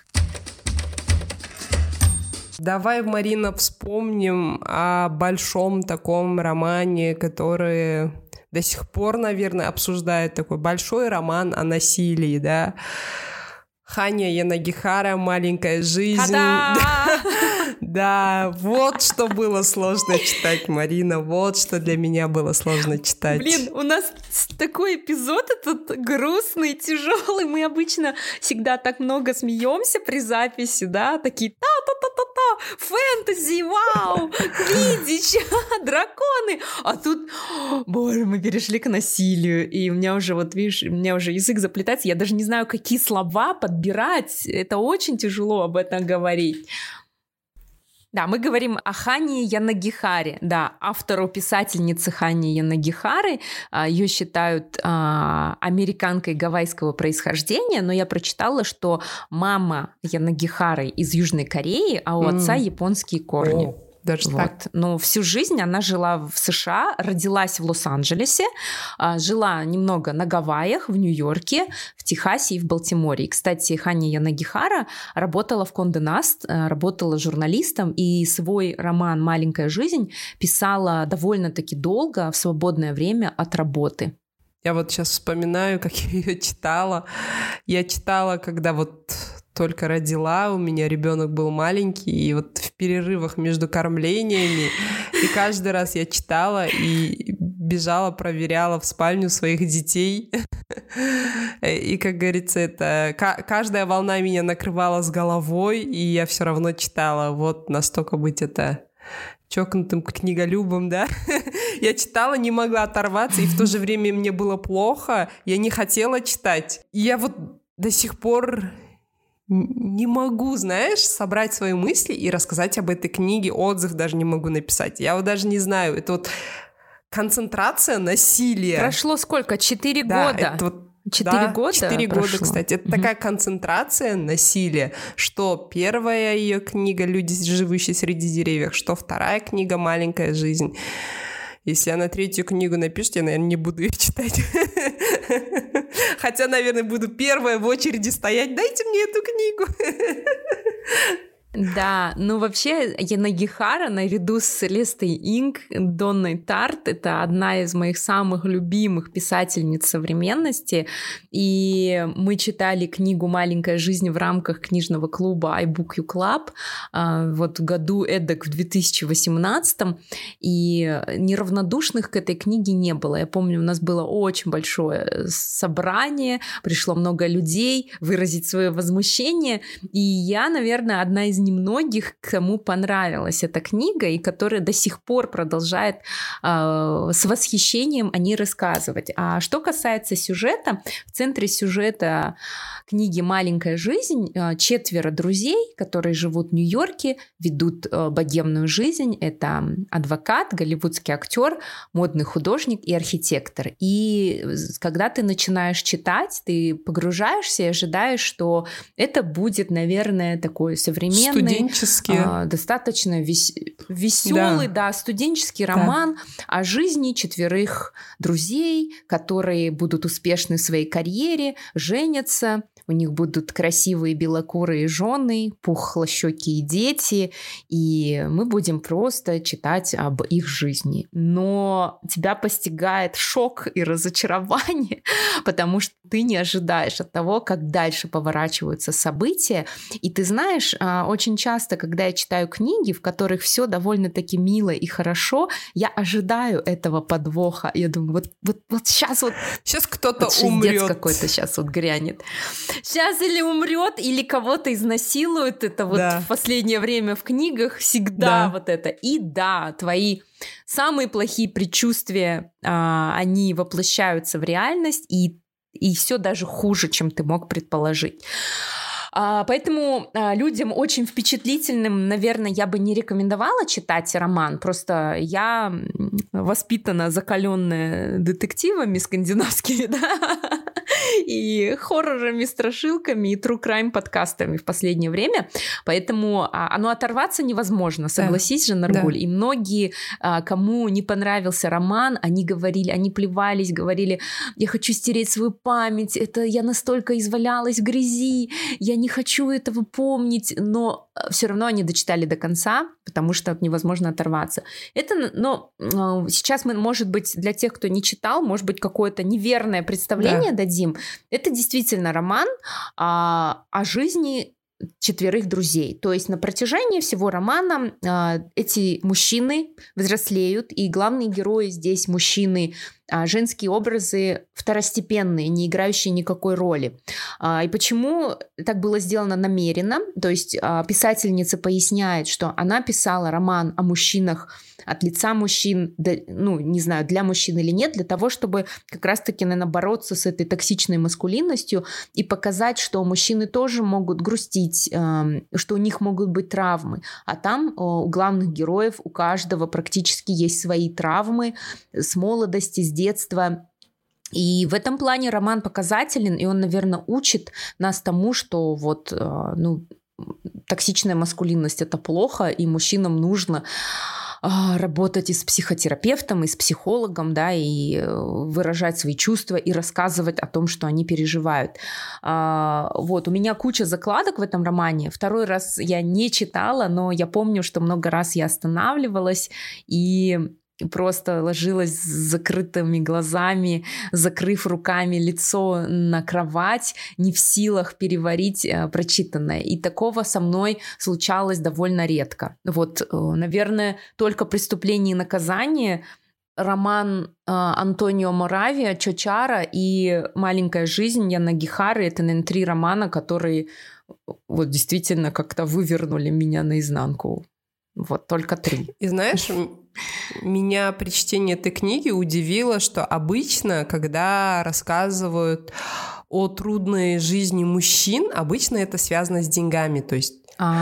Давай, Марина, вспомним о большом таком романе, который до сих пор, наверное, обсуждают. Такой большой роман о насилии, да? Ханя Янагихара «Маленькая жизнь». Да, вот что было сложно читать, Марина, вот что для меня было сложно читать. Блин, у нас такой эпизод этот грустный, тяжелый. Мы обычно всегда так много смеемся при записи, да, такие та-та-та-та-та, фэнтези, вау, квиддич, драконы. А тут, боже, мы перешли к насилию, и у меня уже, вот видишь, у меня уже язык заплетается, я даже не знаю, какие слова подбирать. Это очень тяжело об этом говорить. Да, мы говорим о Хане Янагихаре, да, автору писательницы Хани Янагихары. Ее считают а, американкой гавайского происхождения, но я прочитала, что мама Янагихары из Южной Кореи, а у mm. отца японские корни. Oh. Даже вот. так. Но всю жизнь она жила в США, родилась в Лос-Анджелесе, жила немного на Гавайях, в Нью-Йорке, в Техасе и в Балтиморе. И, кстати, Ханя Янагихара работала в Кондэ Наст, работала журналистом, и свой роман «Маленькая жизнь» писала довольно-таки долго, в свободное время от работы. Я вот сейчас вспоминаю, как я ее читала. Я читала, когда вот только родила, у меня ребенок был маленький, и вот в перерывах между кормлениями, и каждый раз я читала и бежала, проверяла в спальню своих детей. И, как говорится, это каждая волна меня накрывала с головой, и я все равно читала. Вот настолько быть это чокнутым книголюбом, да? Я читала, не могла оторваться, и в то же время мне было плохо, я не хотела читать. И я вот до сих пор не могу, знаешь, собрать свои мысли и рассказать об этой книге, отзыв даже не могу написать. Я вот даже не знаю, это вот концентрация насилия. Прошло сколько? Четыре да, года? Это вот Четыре да, года Четыре года, кстати. Это угу. такая концентрация насилия, что первая ее книга «Люди, живущие среди деревьев», что вторая книга «Маленькая жизнь». Если она третью книгу напишет, я, наверное, не буду ее читать. Хотя, наверное, буду первая в очереди стоять. Дайте мне эту книгу. Да, ну вообще Янагихара наряду с Селестой Инг, Донной Тарт — это одна из моих самых любимых писательниц современности, и мы читали книгу «Маленькая жизнь» в рамках книжного клуба iBook You Club вот в году эдак в две тысячи восемнадцатом, и неравнодушных к этой книге не было. Я помню, у нас было очень большое собрание, пришло много людей выразить свое возмущение, и я, наверное, одна из немногих, кому понравилась эта книга и которая до сих пор продолжает э, с восхищением о ней рассказывать. А что касается сюжета, в центре сюжета книги «Маленькая жизнь» четверо друзей, которые живут в Нью-Йорке, ведут э, богемную жизнь. Это адвокат, голливудский актер, модный художник и архитектор. И когда ты начинаешь читать, ты погружаешься и ожидаешь, что это будет, наверное, такой современный, студенческий, а, достаточно вес... веселый, да. Да, студенческий роман да. о жизни четверых друзей, которые будут успешны в своей карьере, женятся, у них будут красивые белокурые жены, пухлощёкие дети, и мы будем просто читать об их жизни. Но тебя постигает шок и разочарование, потому что ты не ожидаешь от того, как дальше поворачиваются события. И ты знаешь, очень часто, когда я читаю книги, в которых все довольно-таки мило и хорошо, я ожидаю этого подвоха. Я думаю, вот, вот, вот сейчас вот... Сейчас кто-то вот умрет. какой-то сейчас вот грянет. Сейчас или умрет, или кого-то изнасилуют. Это вот да. в последнее время в книгах всегда да. вот это. И да, твои самые плохие предчувствия, а, они воплощаются в реальность, и, и все даже хуже, чем ты мог предположить. А, поэтому а, людям очень впечатлительным, наверное, я бы не рекомендовала читать роман. Просто я воспитана, закаленная детективами скандинавскими, да? и хоррорами, страшилками, и true crime подкастами в последнее время. Поэтому оно оторваться невозможно, согласись, да. Жанаргуль. Да. И многие, кому не понравился роман, они говорили, они плевались, говорили: я хочу стереть свою память, это я настолько извалялась в грязи, я не хочу этого помнить, но все равно они дочитали до конца, потому что невозможно оторваться. Это, но сейчас мы, может быть, для тех, кто не читал, может быть, какое-то неверное представление да. дадим. Это действительно роман а, о жизни четверых друзей. То есть на протяжении всего романа а, эти мужчины взрослеют, и главные герои здесь мужчины, а женские образы второстепенные, не играющие никакой роли. А, и почему так было сделано намеренно? То есть а, писательница поясняет, что она писала роман о мужчинах от лица мужчин, да, ну, не знаю, для мужчин или нет, для того, чтобы как раз-таки, наверное, бороться с этой токсичной маскулинностью и показать, что мужчины тоже могут грустить, э, что у них могут быть травмы. А там э, у главных героев, у каждого практически есть свои травмы с молодости, с детства. И в этом плане роман показателен, и он, наверное, учит нас тому, что вот, э, ну, токсичная маскулинность — это плохо, и мужчинам нужно работать и с психотерапевтом, и с психологом, да, и выражать свои чувства, и рассказывать о том, что они переживают. Вот, у меня куча закладок в этом романе. Второй раз я не читала, но я помню, что много раз я останавливалась и просто ложилась с закрытыми глазами, закрыв руками лицо на кровать, не в силах переварить э, прочитанное. И такого со мной случалось довольно редко. Вот, э, наверное, только «Преступление и наказание», роман э, Антонио Моравия, Чочара и «Маленькая жизнь» Яна Гихары — это, наверное, три романа, которые вот действительно как-то вывернули меня наизнанку. Вот, только три. И знаешь, меня при чтении этой книги удивило, что обычно, когда рассказывают о трудной жизни мужчин, обычно это связано с деньгами. То есть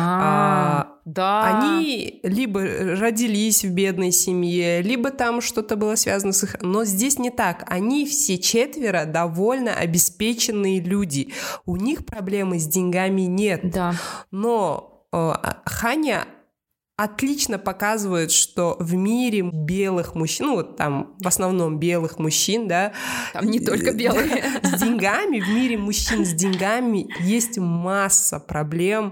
а, да. они либо родились в бедной семье, либо там что-то было связано с их... Но здесь не так. Они все четверо довольно обеспеченные люди. У них проблемы с деньгами нет. Да. Но э, Ханя отлично показывает, что в мире белых мужчин, ну вот там в основном белых мужчин, да, там не только белые, с деньгами, в мире мужчин с деньгами есть масса проблем,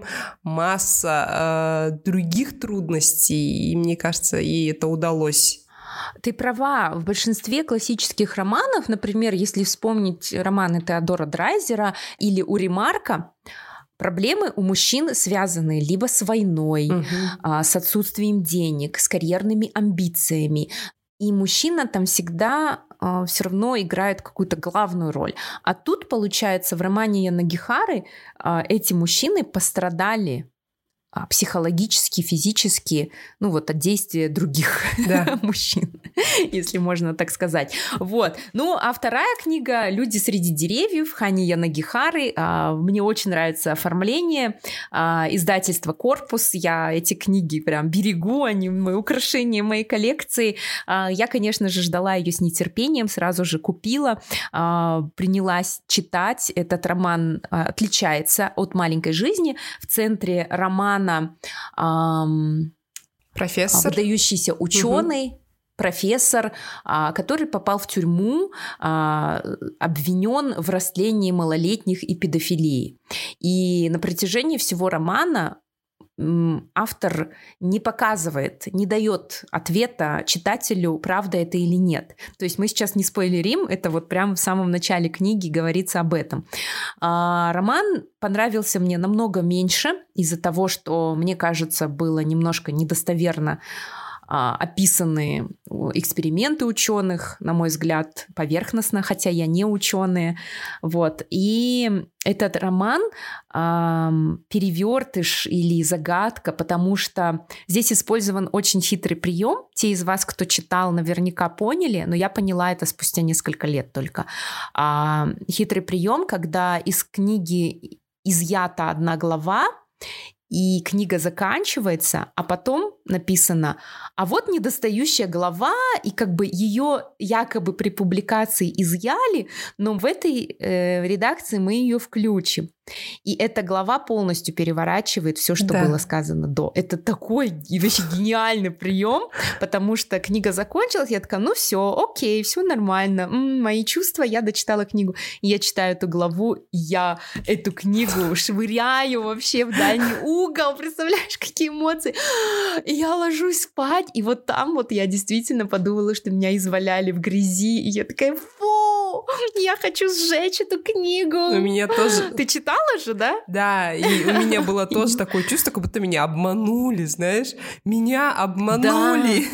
масса э, других трудностей, и мне кажется, ей это удалось. Ты права, в большинстве классических романов, например, если вспомнить романы Теодора Драйзера или у Ремарка, проблемы у мужчин связаны либо с войной, угу. а, с отсутствием денег, с карьерными амбициями. И мужчина там всегда а, все равно играет какую-то главную роль. А тут, получается, в романе Яна Гихары а, эти мужчины пострадали а, психологически, физически, ну вот от действия других да. мужчин, если можно так сказать. Вот. Ну, а вторая книга «Люди среди деревьев» Хани Янагихары. А, мне очень нравится оформление. А, издательство «Корпус». Я эти книги прям берегу, они мои украшения моей коллекции. А, я, конечно же, ждала ее с нетерпением, сразу же купила, а, принялась читать. Этот роман а, отличается от «Маленькой жизни». В центре романа Эм, профессор, выдающийся ученый, угу. профессор, а, который попал в тюрьму, а, обвинен в растлении малолетних и педофилии. И на протяжении всего романа автор не показывает, не дает ответа читателю, правда это или нет. То есть мы сейчас не спойлерим, это вот прямо в самом начале книги говорится об этом. А, роман понравился мне намного меньше из-за того, что, мне кажется, было немножко недостоверно описаны эксперименты ученых, на мой взгляд, поверхностно, хотя я не ученая. Вот. И этот роман э, перевертыш или загадка, потому что здесь использован очень хитрый прием. Те из вас, кто читал, наверняка поняли, но я поняла это спустя несколько лет только. А, хитрый прием, когда из книги изъята одна глава, и книга заканчивается, а потом написано, а вот недостающая глава, и как бы ее якобы при публикации изъяли, но в этой э, редакции мы ее включим. И эта глава полностью переворачивает все, что да. было сказано до. Это такой вообще гениальный прием, потому что книга закончилась, я такая, ну все, окей, все нормально, М-м, мои чувства, я дочитала книгу. И я читаю эту главу, я эту книгу швыряю вообще в дальний угол, представляешь, какие эмоции. И я ложусь спать, и вот там вот я действительно подумала, что меня изваляли в грязи, и я такая, фу, я хочу сжечь эту книгу. У меня тоже... Ты читала же, да? Да, и у меня было тоже такое чувство, как будто меня обманули, знаешь? Меня обманули.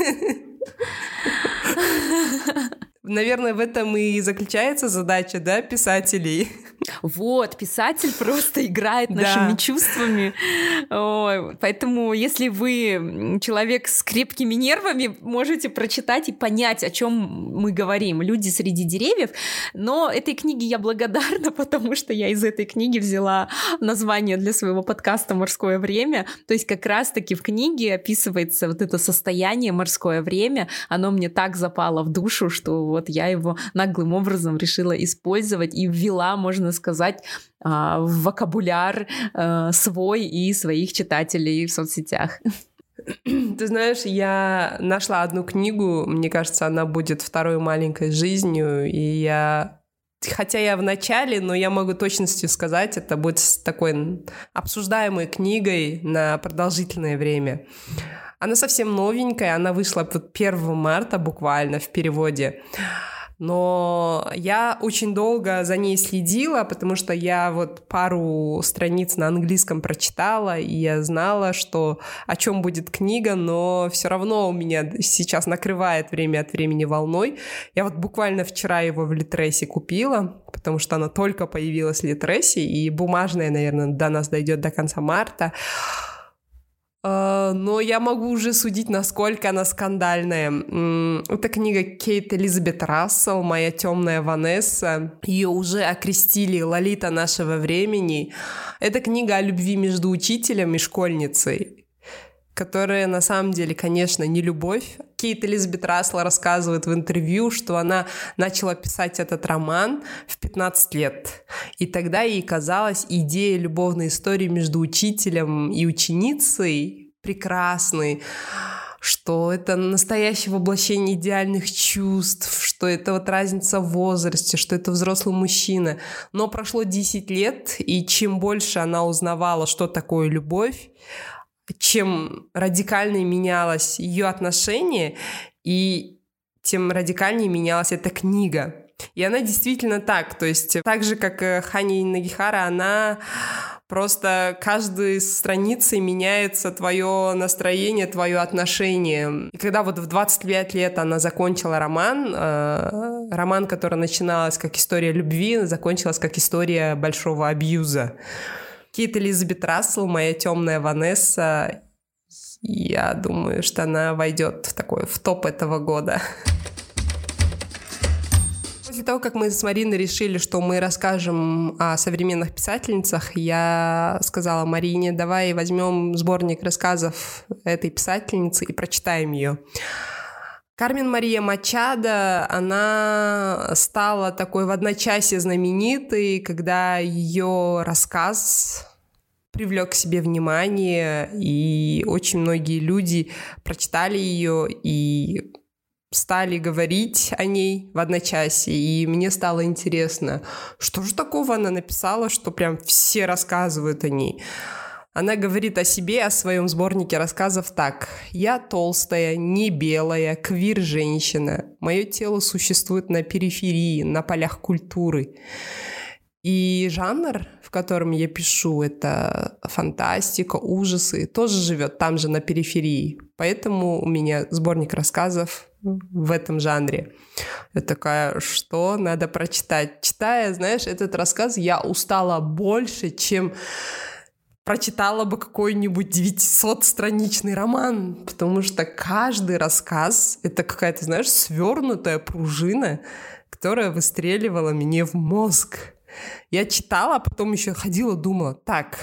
Наверное, в этом и заключается задача, да, писателей. Вот, писатель просто играет нашими да. чувствами. Ой, поэтому, если вы человек с крепкими нервами, можете прочитать и понять, о чем мы говорим. «Люди среди деревьев». Но этой книге я благодарна, потому что я из этой книги взяла название для своего подкаста «Морское время». То есть как раз-таки в книге описывается вот это состояние «Морское время». Оно мне так запало в душу, что вот я его наглым образом решила использовать и ввела, можно сказать, в вокабуляр свой и своих читателей в соцсетях. Ты знаешь, я нашла одну книгу, мне кажется, она будет второй маленькой жизнью, и я... Хотя я в начале, но я могу точностью сказать, это будет такой обсуждаемой книгой на продолжительное время. Она совсем новенькая, она вышла первого марта буквально в переводе. Но я очень долго за ней следила, потому что я вот пару страниц на английском прочитала, и я знала, что о чем будет книга, но все равно у меня сейчас накрывает время от времени волной. Я вот буквально вчера его в Литресе купила, потому что она только появилась в Литресе, и бумажная, наверное, до нас дойдет до конца марта. Uh, но я могу уже судить, насколько она скандальная. Mm, это книга Кейт Элизабет Рассел «Моя темная Ванесса». Ее уже окрестили Лолита нашего времени. Это книга о любви между учителем и школьницей, которая на самом деле, конечно, не любовь. Кейт Элизабет Рассел рассказывает в интервью, что она начала писать этот роман в пятнадцать лет. И тогда ей казалась идея любовной истории между учителем и ученицей прекрасной, что это настоящее воплощение идеальных чувств, что это вот разница в возрасте, что это взрослый мужчина. Но прошло десять лет, и чем больше она узнавала, что такое любовь, чем радикальнее менялось ее отношение, и тем радикальнее менялась эта книга. И она действительно так, то есть так же, как Хани Нагихара, она просто каждой страницей меняется твое настроение, твое отношение. И когда вот в двадцать пять лет она закончила роман, э, роман, который начиналась как история любви, закончилась как история большого абьюза. Кейт Элизабет Рассел, «Моя темная Ванесса», я думаю, что она войдет в такой, в топ этого года. После того, как мы с Мариной решили, что мы расскажем о современных писательницах, я сказала Марине, давай возьмем сборник рассказов этой писательницы и прочитаем ее. Кармен Мария Мачадо, она стала такой в одночасье знаменитой, когда ее рассказ привлек к себе внимание, и очень многие люди прочитали ее и стали говорить о ней в одночасье, и мне стало интересно, что же такого она написала, что прям все рассказывают о ней. Она говорит о себе, о своем сборнике рассказов так. «Я толстая, не белая, квир-женщина. Мое тело существует на периферии, на полях культуры». И жанр, в котором я пишу, это фантастика, ужасы, тоже живет там же на периферии. Поэтому у меня сборник рассказов в этом жанре. Я такая, что надо прочитать? Читая, знаешь, этот рассказ, я устала больше, чем прочитала бы какой-нибудь девятисотстраничный роман, потому что каждый рассказ — это какая-то, знаешь, свернутая пружина, которая выстреливала мне в мозг. Я читала, а потом еще ходила, думала, так,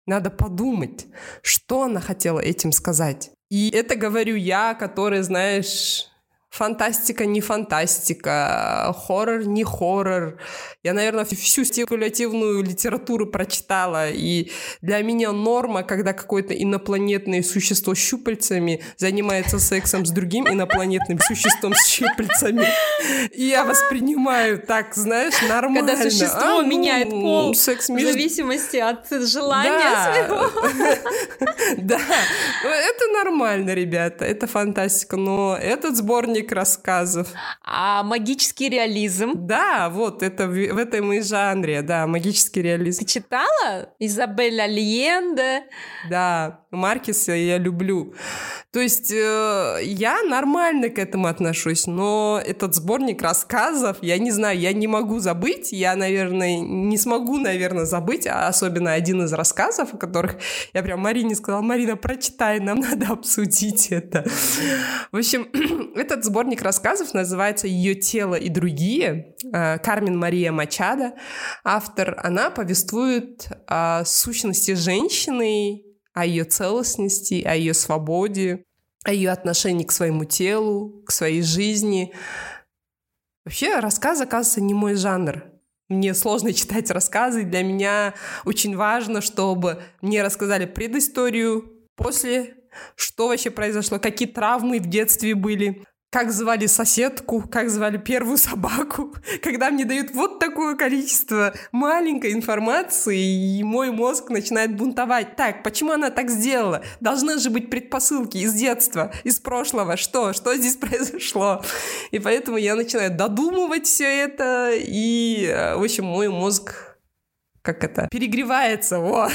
Надо подумать, что она хотела этим сказать. И это говорю я, который, знаешь, фантастика не фантастика, хоррор не хоррор. Я, наверное, всю спекулятивную литературу прочитала, и для меня норма, когда какое-то инопланетное существо с щупальцами занимается сексом с другим инопланетным существом с щупальцами. И я воспринимаю так, знаешь, нормально. Когда существо а, ну, меняет пол секс между... в зависимости от желания да. своего. Да, это нормально, ребята, это фантастика, но этот сборник рассказов. А магический реализм? Да, вот, это в, в этом и жанре, да, магический реализм. Ты читала? Изабель Альенде? Да, Маркеса я люблю. То есть э, я нормально к этому отношусь, но этот сборник рассказов, я не знаю, я не могу забыть, я, наверное, не смогу, наверное, забыть, а особенно один из рассказов, о которых я прям Марине сказала: Марина, прочитай, нам надо обсудить это. В общем, этот сборник рассказов называется «Ее тело и другие». Кармен Мария Мачадо, автор, она повествует о сущности женщины, о ее целостности, о ее свободе, о ее отношении к своему телу, к своей жизни. Вообще, рассказ, оказывается, не мой жанр. Мне сложно читать рассказы. Для меня очень важно, чтобы мне рассказали предысторию, после, что вообще произошло, какие травмы в детстве были, как звали соседку, как звали первую собаку. Когда мне дают вот такое количество маленькой информации, и мой мозг начинает бунтовать. Так, почему она так сделала? Должны же быть предпосылки из детства, из прошлого. Что? Что здесь произошло? И поэтому я начинаю додумывать все это, и, в общем, мой мозг, как это, перегревается. Во.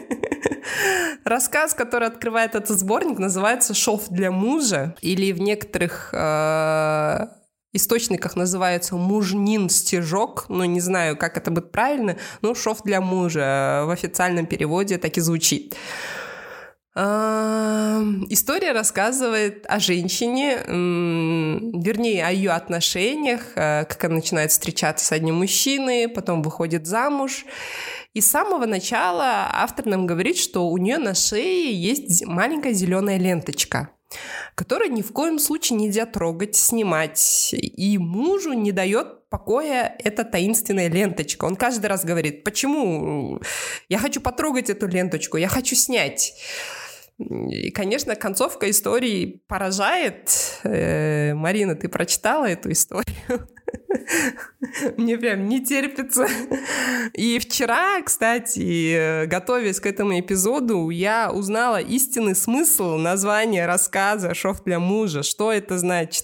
Рассказ, который открывает этот сборник, называется «Шов для мужа», или в некоторых э, источниках называется «Мужнин стежок», но не знаю, как это будет правильно, но «Шов для мужа» в официальном переводе так и звучит. Э, история рассказывает о женщине, э, вернее, о ее отношениях, э, как она начинает встречаться с одним мужчиной, потом выходит замуж. И с самого начала автор нам говорит, что у нее на шее есть маленькая зеленая ленточка, которую ни в коем случае нельзя трогать, снимать. И мужу не дает покоя эта таинственная ленточка. Он каждый раз говорит: почему? Я хочу потрогать эту ленточку, я хочу снять. И, конечно, концовка истории поражает. Э, Марина, ты прочитала эту историю? Мне прям не терпится. И вчера, кстати, готовясь к этому эпизоду, я узнала истинный смысл названия рассказа «Шов для мужа». Что это значит?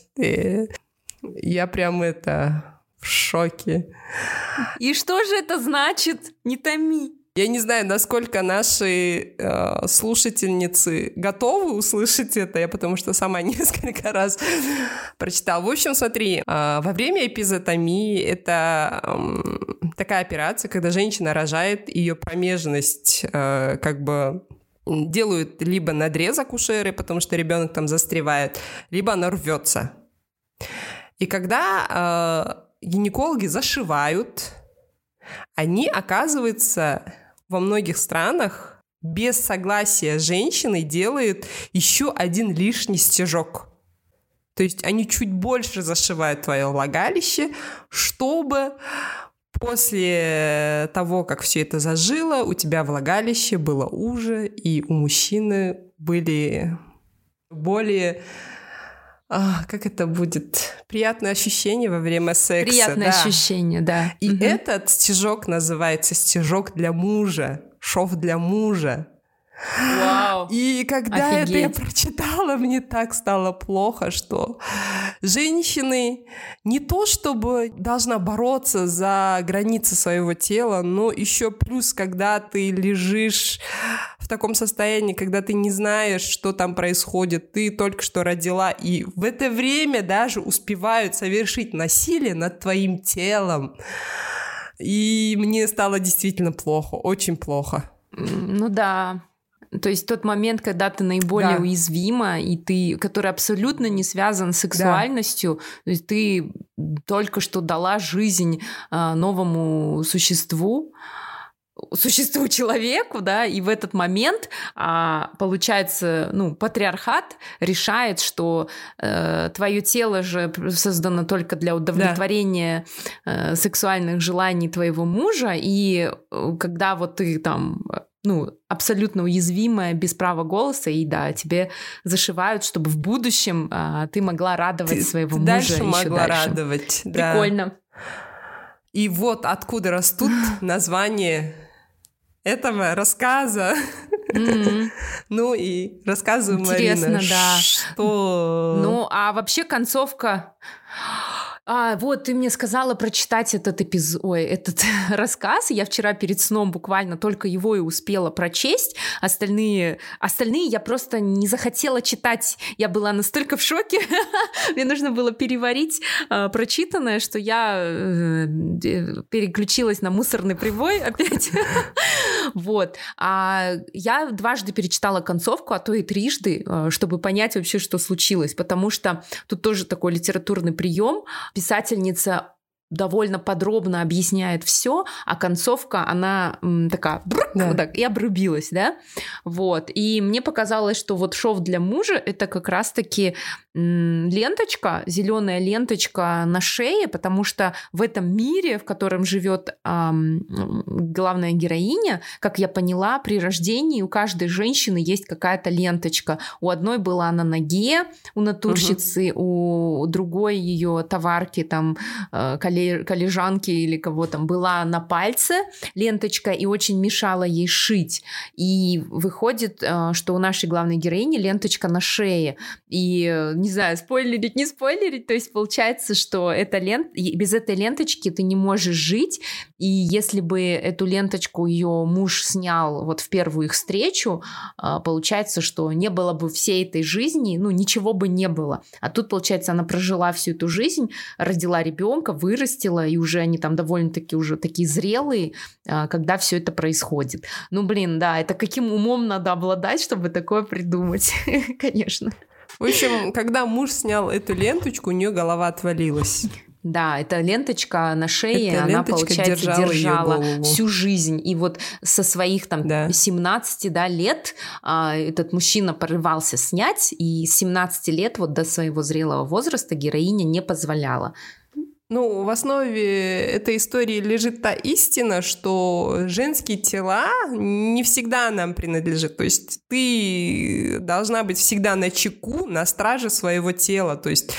Я прям это в шоке. И что же это значит? Не томи. Я не знаю, насколько наши э, слушательницы готовы услышать это, я потому что сама несколько раз прочитала. В общем, смотри, э, во время эпизотомии это э, такая операция, когда женщина рожает, ее промежность э, как бы делают либо надрез акушеры, потому что ребенок там застревает, либо она рвется. И когда э, гинекологи зашивают, они, оказывается, во многих странах без согласия женщины делают еще один лишний стежок. То есть они чуть больше зашивают твое влагалище, чтобы после того, как все это зажило, у тебя влагалище было уже, и у мужчины были более... А, как это будет? Приятное ощущение во время секса. Приятное да. ощущение, да. И угу. этот стежок называется стежок для мужа, шов для мужа. Вау. И когда Офигеть. это я прочитала, мне так стало плохо, что женщины не то чтобы должна бороться за границы своего тела, но еще плюс, когда ты лежишь в таком состоянии, когда ты не знаешь, что там происходит, ты только что родила, и в это время даже успевают совершить насилие над твоим телом. И мне стало действительно плохо, очень плохо. Ну да. То есть тот момент, когда ты наиболее да. уязвима, и ты, который абсолютно не связан с сексуальностью, да. то есть ты только что дала жизнь а, новому существу, существу человеку, да, и в этот момент, а, получается, ну, патриархат решает, что э, твое тело же создано только для удовлетворения да. э, сексуальных желаний твоего мужа, и когда вот ты там, ну, абсолютно уязвимая, без права голоса, и да, тебе зашивают, чтобы в будущем а, ты могла радовать ты, своего ты мужа дальше еще могла дальше. радовать. Прикольно. Да. И вот откуда растут названия этого рассказа. Mm-hmm. Ну и рассказывай, Интересно, Марина, да. что... Ну, а вообще концовка... А, вот, ты мне сказала прочитать этот эпизод, ой, этот рассказ. Я вчера перед сном буквально только его и успела прочесть. Остальные, остальные я просто не захотела читать. Я была настолько в шоке. Мне нужно было переварить э, прочитанное, что я э, переключилась на мусорный прибой опять. Вот. А я дважды перечитала концовку, а то и трижды, э, чтобы понять вообще, что случилось. Потому что тут тоже такой литературный прием. Писательница довольно подробно объясняет все, а концовка, она м, такая бррр, да. вот так, и обрубилась, да, вот, и мне показалось, что вот шов для мужа — это как раз-таки м, ленточка, зеленая ленточка на шее, потому что в этом мире, в котором живет эм, главная героиня, как я поняла, при рождении у каждой женщины есть какая-то ленточка. У одной была на ноге, у натурщицы, угу. у другой ее товарки, там, э, коллежанки или кого там, была на пальце ленточка и очень мешала ей шить. И выходит, что у нашей главной героини ленточка на шее. И, не знаю, спойлерить, не спойлерить, то есть получается, что эта лент... без этой ленточки ты не можешь жить, и если бы эту ленточку ее муж снял вот в первую их встречу, получается, что не было бы всей этой жизни, ну, ничего бы не было. А тут, получается, она прожила всю эту жизнь, родила ребенка, вырастила, и уже они там довольно-таки уже такие зрелые, когда все это происходит. Ну, блин, да, это каким умом надо обладать, чтобы такое придумать, конечно. В общем, когда муж снял эту ленточку, у нее голова отвалилась. Да, эта ленточка на шее, эта она, получается, держала, держала всю жизнь. И вот со своих там да. семнадцати да, лет а, этот мужчина порывался снять, и с семнадцати лет вот до своего зрелого возраста героиня не позволяла. Ну, в основе этой истории лежит та истина, что женские тела не всегда нам принадлежат. То есть ты должна быть всегда начеку, на страже своего тела. То есть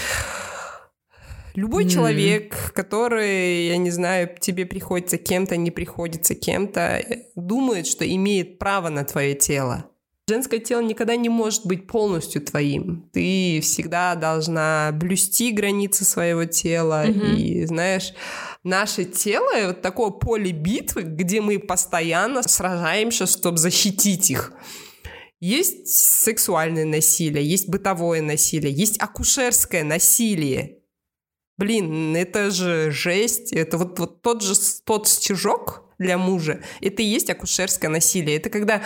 любой mm. человек, который, я не знаю, тебе приходится кем-то, не приходится кем-то, думает, что имеет право на твое тело. Женское тело никогда не может быть полностью твоим. Ты всегда должна блюсти границы своего тела. Mm-hmm. И, знаешь, наше тело — вот такое поле битвы, где мы постоянно сражаемся, чтобы защитить их. Есть сексуальное насилие, есть бытовое насилие, есть акушерское насилие. Блин, это же жесть. Это вот, вот тот же тот стежок для мужа. Это и есть акушерское насилие. Это когда...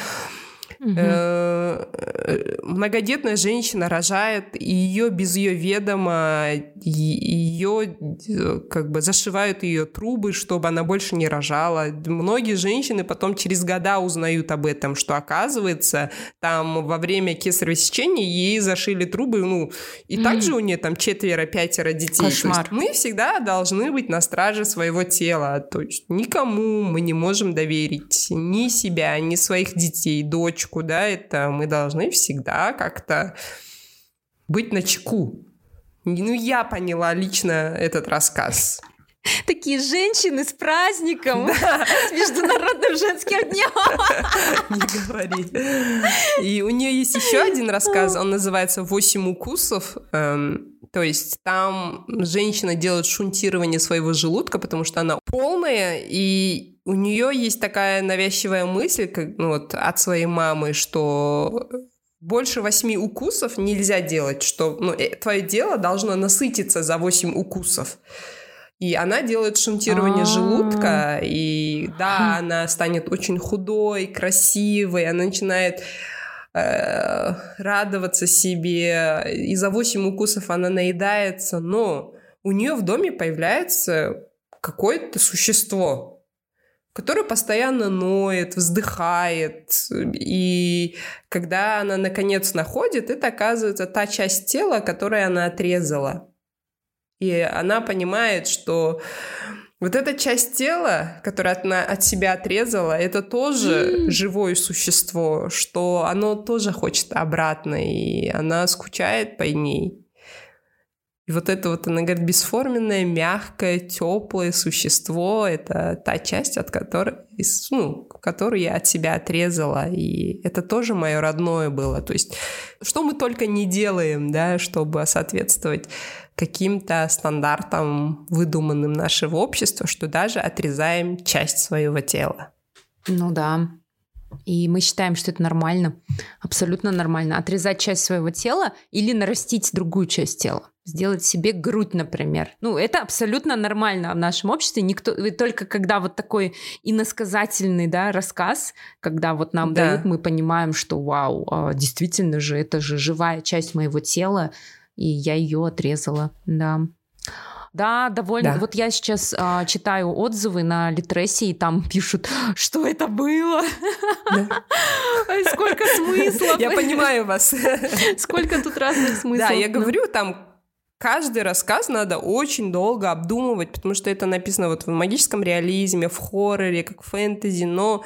Uh-huh. многодетная женщина рожает, и ее без ее ведома, ее как бы зашивают ее трубы, чтобы она больше не рожала. Многие женщины потом через года узнают об этом, что оказывается, там во время кесарево сечения ей зашили трубы, ну, и uh-huh. также у нее там четверо-пятеро детей. Кошмар. То есть мы всегда должны быть на страже своего тела. То есть никому мы не можем доверить ни себя, ни своих детей, дочку. Да, это мы должны всегда как-то быть начеку. Ну, я поняла лично этот рассказ. Такие женщины с праздником, да. С Международным женским днем. Не говори. И у нее есть еще один рассказ, он называется «Восемь укусов». Эм, то есть там женщина делает шунтирование своего желудка, потому что она полная, и у нее есть такая навязчивая мысль, как, ну, вот, от своей мамы, что больше восьми укусов нельзя делать, что ну, твое тело должно насытиться за восемь укусов. И она делает шунтирование желудка, и да, она станет очень худой, красивой, она начинает э, радоваться себе, и за восемь укусов она наедается, но у нее в доме появляется какое-то существо. которая постоянно ноет, вздыхает, и когда она наконец находит, это оказывается та часть тела, которую она отрезала. И она понимает, что вот эта часть тела, которую она от себя отрезала, это тоже живое существо, что оно тоже хочет обратно, и она скучает по ней. И вот это вот, она говорит, бесформенное, мягкое, теплое существо, это та часть, от которой, ну, которую я от себя отрезала, и это тоже мое родное было. То есть, что мы только не делаем, да, чтобы соответствовать каким-то стандартам, выдуманным нашего общества, что даже отрезаем часть своего тела. Ну да. И мы считаем, что это нормально, абсолютно нормально. Отрезать часть своего тела или нарастить другую часть тела. Сделать себе грудь, например. Ну, это абсолютно нормально в нашем обществе. Никто, только когда вот такой иносказательный, да, рассказ, когда вот нам да. дают, мы понимаем, что вау, действительно же, это же живая часть моего тела, и я ее отрезала, да. Да, довольно. Да. Вот я сейчас а, читаю отзывы на Литресе, и там пишут, что это было. Да. Сколько смыслов. Я понимаю вас. Сколько тут разных смыслов. Да, я говорю, там каждый рассказ надо очень долго обдумывать, потому что это написано вот в магическом реализме, в хорроре, как в фэнтези, но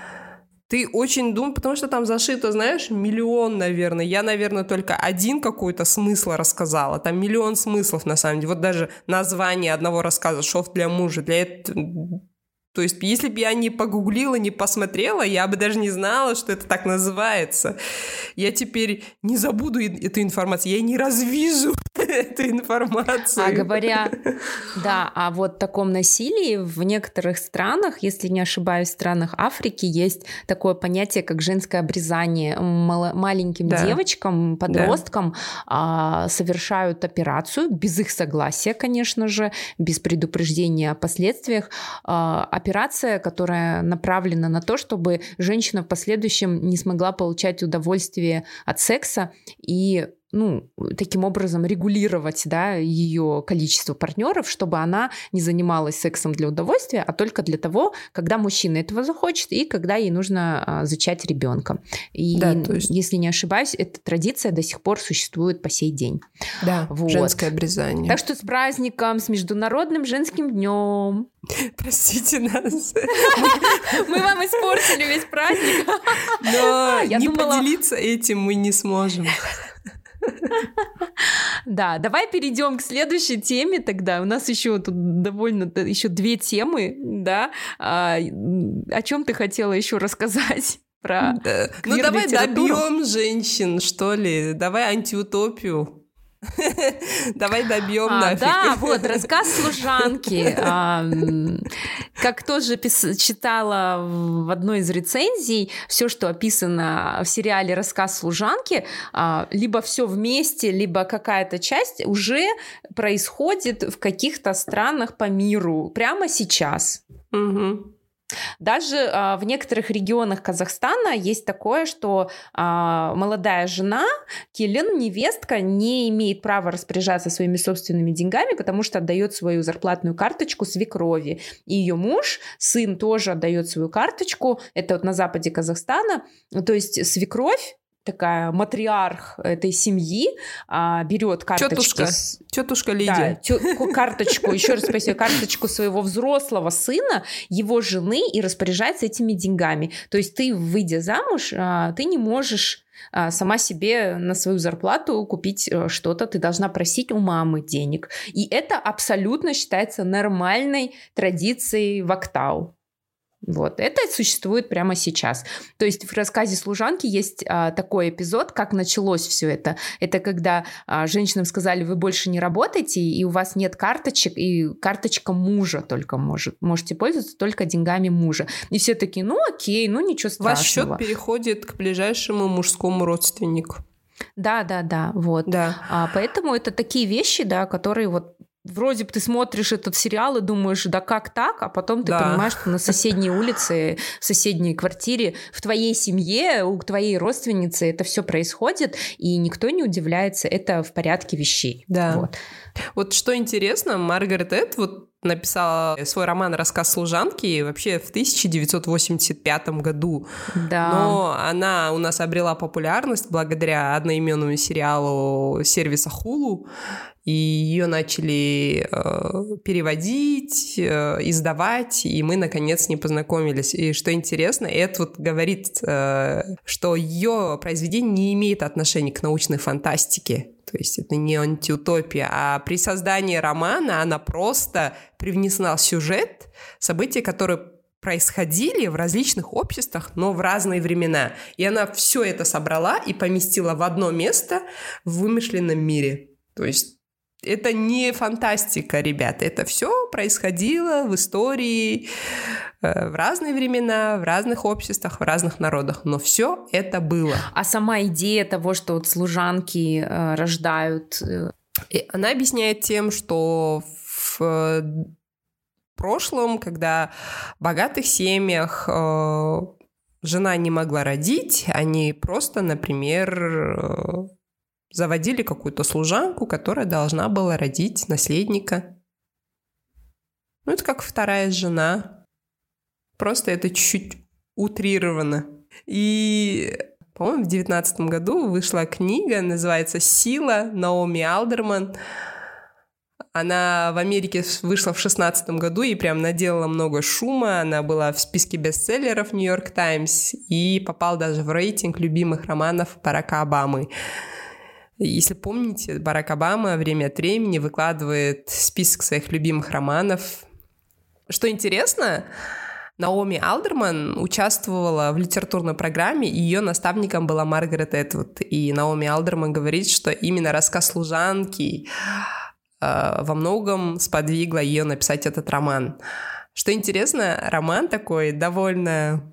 ты очень думаешь, потому что там зашито, знаешь, миллион, наверное. Я, наверное, только один какой-то смысл рассказала. Там миллион смыслов, на самом деле. Вот даже название одного рассказа «Шов для мужа». Для этого... То есть, если бы я не погуглила, не посмотрела, я бы даже не знала, что это так называется. Я теперь не забуду эту информацию, я не развижу эту информацию. А говоря, да, о вот таком насилии в некоторых странах, если не ошибаюсь, в странах Африки есть такое понятие, как женское обрезание. Мал- маленьким да. девочкам, подросткам да. совершают операцию, без их согласия, конечно же, без предупреждения о последствиях. Операция, которая направлена на то, чтобы женщина в последующем не смогла получать удовольствие от секса и, ну, таким образом регулировать, да, ее количество партнеров, чтобы она не занималась сексом для удовольствия, а только для того, когда мужчина этого захочет и когда ей нужно а, зачать ребенка. И, да, то есть... если не ошибаюсь, эта традиция до сих пор существует по сей день. Да, вот. Женское обрезание. Так что с праздником, с Международным женским днем. Простите нас. Мы вам испортили весь праздник. Но не поделиться этим мы не сможем. Да, давай перейдем к следующей теме тогда. У нас еще тут довольно еще две темы, да. А, о чем ты хотела еще рассказать? Про да. Ну давай добьем женщин, что ли? Давай антиутопию. Давай добьем а, нафиг. Да, вот рассказ служанки. А, как тоже пис- читала в одной из рецензий, все, что описано в сериале «Рассказ служанки», а, либо все вместе, либо какая-то часть уже происходит в каких-то странах по миру прямо сейчас. Угу. Даже а, в некоторых регионах Казахстана есть такое, что а, молодая жена, келин, невестка, не имеет права распоряжаться своими собственными деньгами, потому что отдает свою зарплатную карточку свекрови. И ее муж, сын тоже отдает свою карточку. Это вот на западе Казахстана. То есть свекровь, такая матриарх этой семьи, а, берет карточку. Тетушка, с... тетушка Лидия. Да, тё... карточку, еще раз спасибо, карточку своего взрослого сына, его жены, и распоряжается этими деньгами. То есть ты, выйдя замуж, а, ты не можешь а, сама себе на свою зарплату купить что-то, ты должна просить у мамы денег. И это абсолютно считается нормальной традицией в Актау. Вот, это существует прямо сейчас. То есть в рассказе служанки есть а, такой эпизод, как началось все это. Это когда а, женщинам сказали: вы больше не работаете, и у вас нет карточек, и карточка мужа только может. Можете пользоваться только деньгами мужа. И все такие: ну окей, ну ничего страшного. Ваш счет переходит к ближайшему мужскому родственнику. Да, да, да, вот. Да. А, поэтому это такие вещи, да, которые вот вроде бы ты смотришь этот сериал и думаешь, да как так? А потом ты да. понимаешь, что на соседней улице, в соседней квартире, в твоей семье, у твоей родственницы это все происходит, и никто не удивляется, это в порядке вещей. Да. Вот. Вот что интересно, Маргарет Этвуд написала свой роман «Рассказ служанки» вообще в тысяча девятьсот восемьдесят пятом году. Да. Но она у нас обрела популярность благодаря одноименному сериалу сервиса Hulu, и ее начали э, переводить, э, издавать, и мы, наконец, с ней познакомились. И что интересно, это вот говорит, э, что ее произведение не имеет отношения к научной фантастике. То есть это не антиутопия, а при создании романа она просто привнесла сюжет, события, которые происходили в различных обществах, но в разные времена. И она все это собрала и поместила в одно место в вымышленном мире. То есть это не фантастика, ребята, это все происходило в истории в разные времена, в разных обществах, в разных народах, но все это было. А сама идея того, что вот служанки э, рождают... Э... И она объясняет тем, что в прошлом, когда в богатых семьях э, жена не могла родить, они просто, например... Э, заводили какую-то служанку, которая должна была родить наследника. Ну, это как вторая жена. Просто это чуть-чуть утрировано. И, по-моему, в девятнадцатом году вышла книга, называется «Сила» Наоми Алдерман. Она в Америке вышла в шестнадцатом году и прям наделала много шума. Она была в списке бестселлеров «Нью-Йорк Таймс» и попала даже в рейтинг любимых романов Барака Обамы. Если помните, Барак Обама время от времени выкладывает список своих любимых романов. Что интересно, Наоми Алдерман участвовала в литературной программе, и ее наставником была Маргарет Этвуд. И Наоми Алдерман говорит, что именно рассказ служанки э, во многом сподвигло ее написать этот роман. Что интересно, роман такой довольно...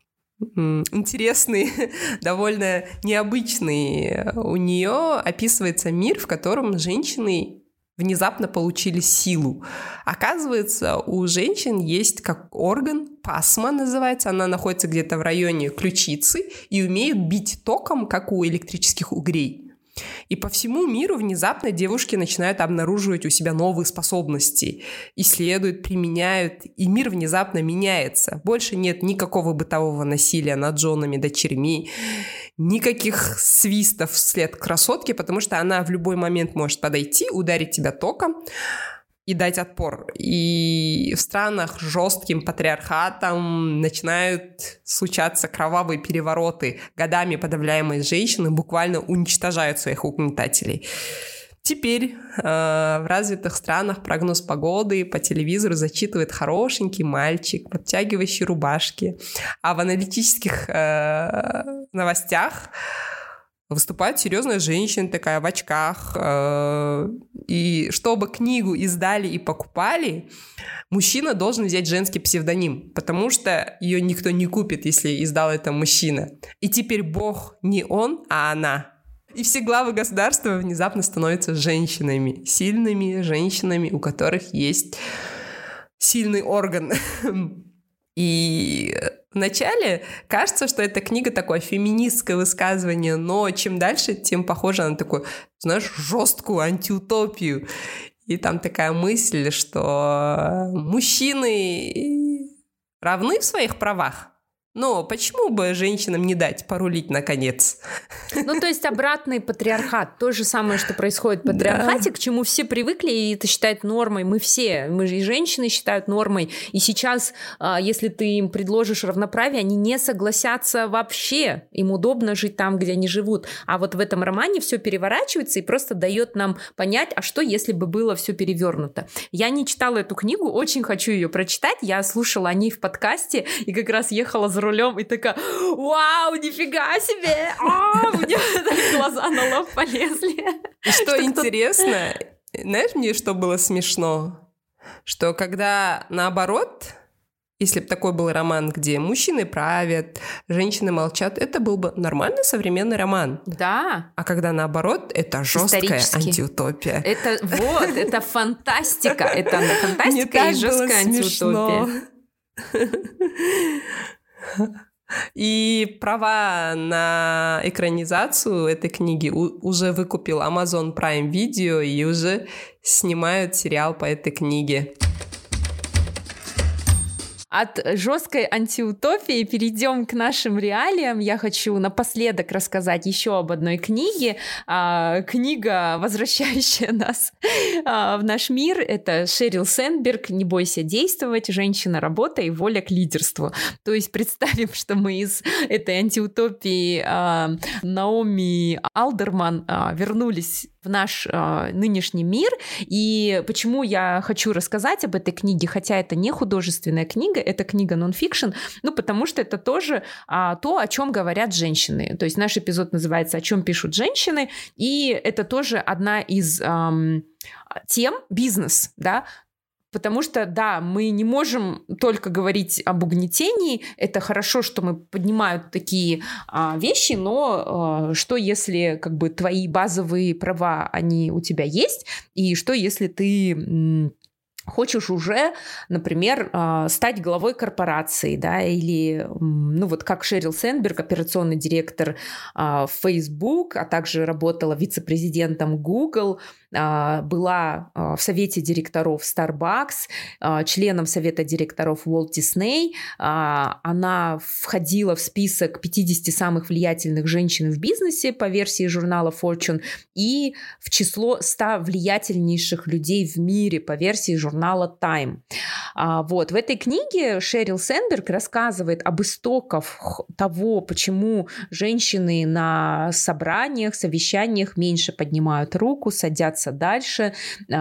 интересный, довольно необычный. У нее описывается мир, в котором женщины внезапно получили силу. Оказывается, у женщин есть как орган, пасма называется, она находится где-то в районе ключицы и умеет бить током, как у электрических угрей. И по всему миру внезапно девушки начинают обнаруживать у себя новые способности, исследуют, применяют, и мир внезапно меняется. Больше нет никакого бытового насилия над женами, дочерьми, никаких свистов вслед красотке, потому что она в любой момент может подойти, ударить тебя током и дать отпор. И в странах с жестким патриархатом начинают случаться кровавые перевороты. Годами подавляемые женщины буквально уничтожают своих угнетателей. Теперь э, в развитых странах прогноз погоды по телевизору зачитывает хорошенький мальчик в обтягивающей рубашке. А в аналитических э, новостях выступает серьезная женщина такая в очках. Э, и чтобы книгу издали и покупали, мужчина должен взять женский псевдоним, потому что ее никто не купит, если издал это мужчина. И теперь Бог не он, а она. И все главы государства внезапно становятся женщинами, сильными женщинами, у которых есть сильный орган. И вначале кажется, что эта книга такое феминистское высказывание, но чем дальше, тем похоже на такую, знаешь, жесткую антиутопию. И там такая мысль, что мужчины равны в своих правах. Но почему бы женщинам не дать порулить наконец? Ну, то есть обратный патриархат. То же самое, что происходит в патриархате, да, к чему все привыкли, и это считают нормой. Мы все, мы же и женщины считают нормой. И сейчас, если ты им предложишь равноправие, они не согласятся вообще. Им удобно жить там, где они живут. А вот в этом романе все переворачивается и просто дает нам понять, а что, если бы было все перевернуто. Я не читала эту книгу, очень хочу ее прочитать. Я слушала о ней в подкасте и как раз ехала за рулем и такая: вау, нифига себе! А, у меня глаза на лоб полезли. И что интересно, знаешь, мне что было смешно? Что когда наоборот, если бы такой был роман, где мужчины правят, женщины молчат, это был бы нормальный современный роман. Да. А когда наоборот, это жесткая антиутопия. Это вот, это фантастика. Это фантастика и жесткая антиутопия. И права на экранизацию этой книги у- уже выкупил Amazon Prime Video и уже снимают сериал по этой книге. от жесткой антиутопии перейдем к нашим реалиям. Я хочу напоследок рассказать еще об одной книге. А, книга, возвращающая нас а, в наш мир. Это Шерил Сэндберг «Не бойся действовать. Женщина, работа и воля к лидерству». То есть представим, что мы из этой антиутопии а, Наоми Алдерман а, вернулись в наш э, нынешний мир. И почему я хочу рассказать об этой книге, хотя это не художественная книга, это книга нон-фикшн, ну, потому что это тоже а, то, о чем говорят женщины. То есть наш эпизод называется «О чем пишут женщины», и это тоже одна из эм, тем бизнес, да. Потому что, да, мы не можем только говорить об угнетении. Это хорошо, что мы поднимают такие а, вещи, но а, что если как бы твои базовые права, они у тебя есть, и что если ты... М- хочешь уже, например, стать главой корпорации, да, или, ну вот как Шерил Сэндберг, операционный директор Facebook, а также работала вице-президентом Google, была в совете директоров Starbucks, членом совета директоров Walt Disney. Она входила в список пятидесяти самых влиятельных женщин в бизнесе по версии журнала Fortune и в число ста влиятельнейших людей в мире по версии журнала Time. Вот. В этой книге Шерил Сэндберг рассказывает об истоках того, почему женщины на собраниях, совещаниях меньше поднимают руку, садятся дальше,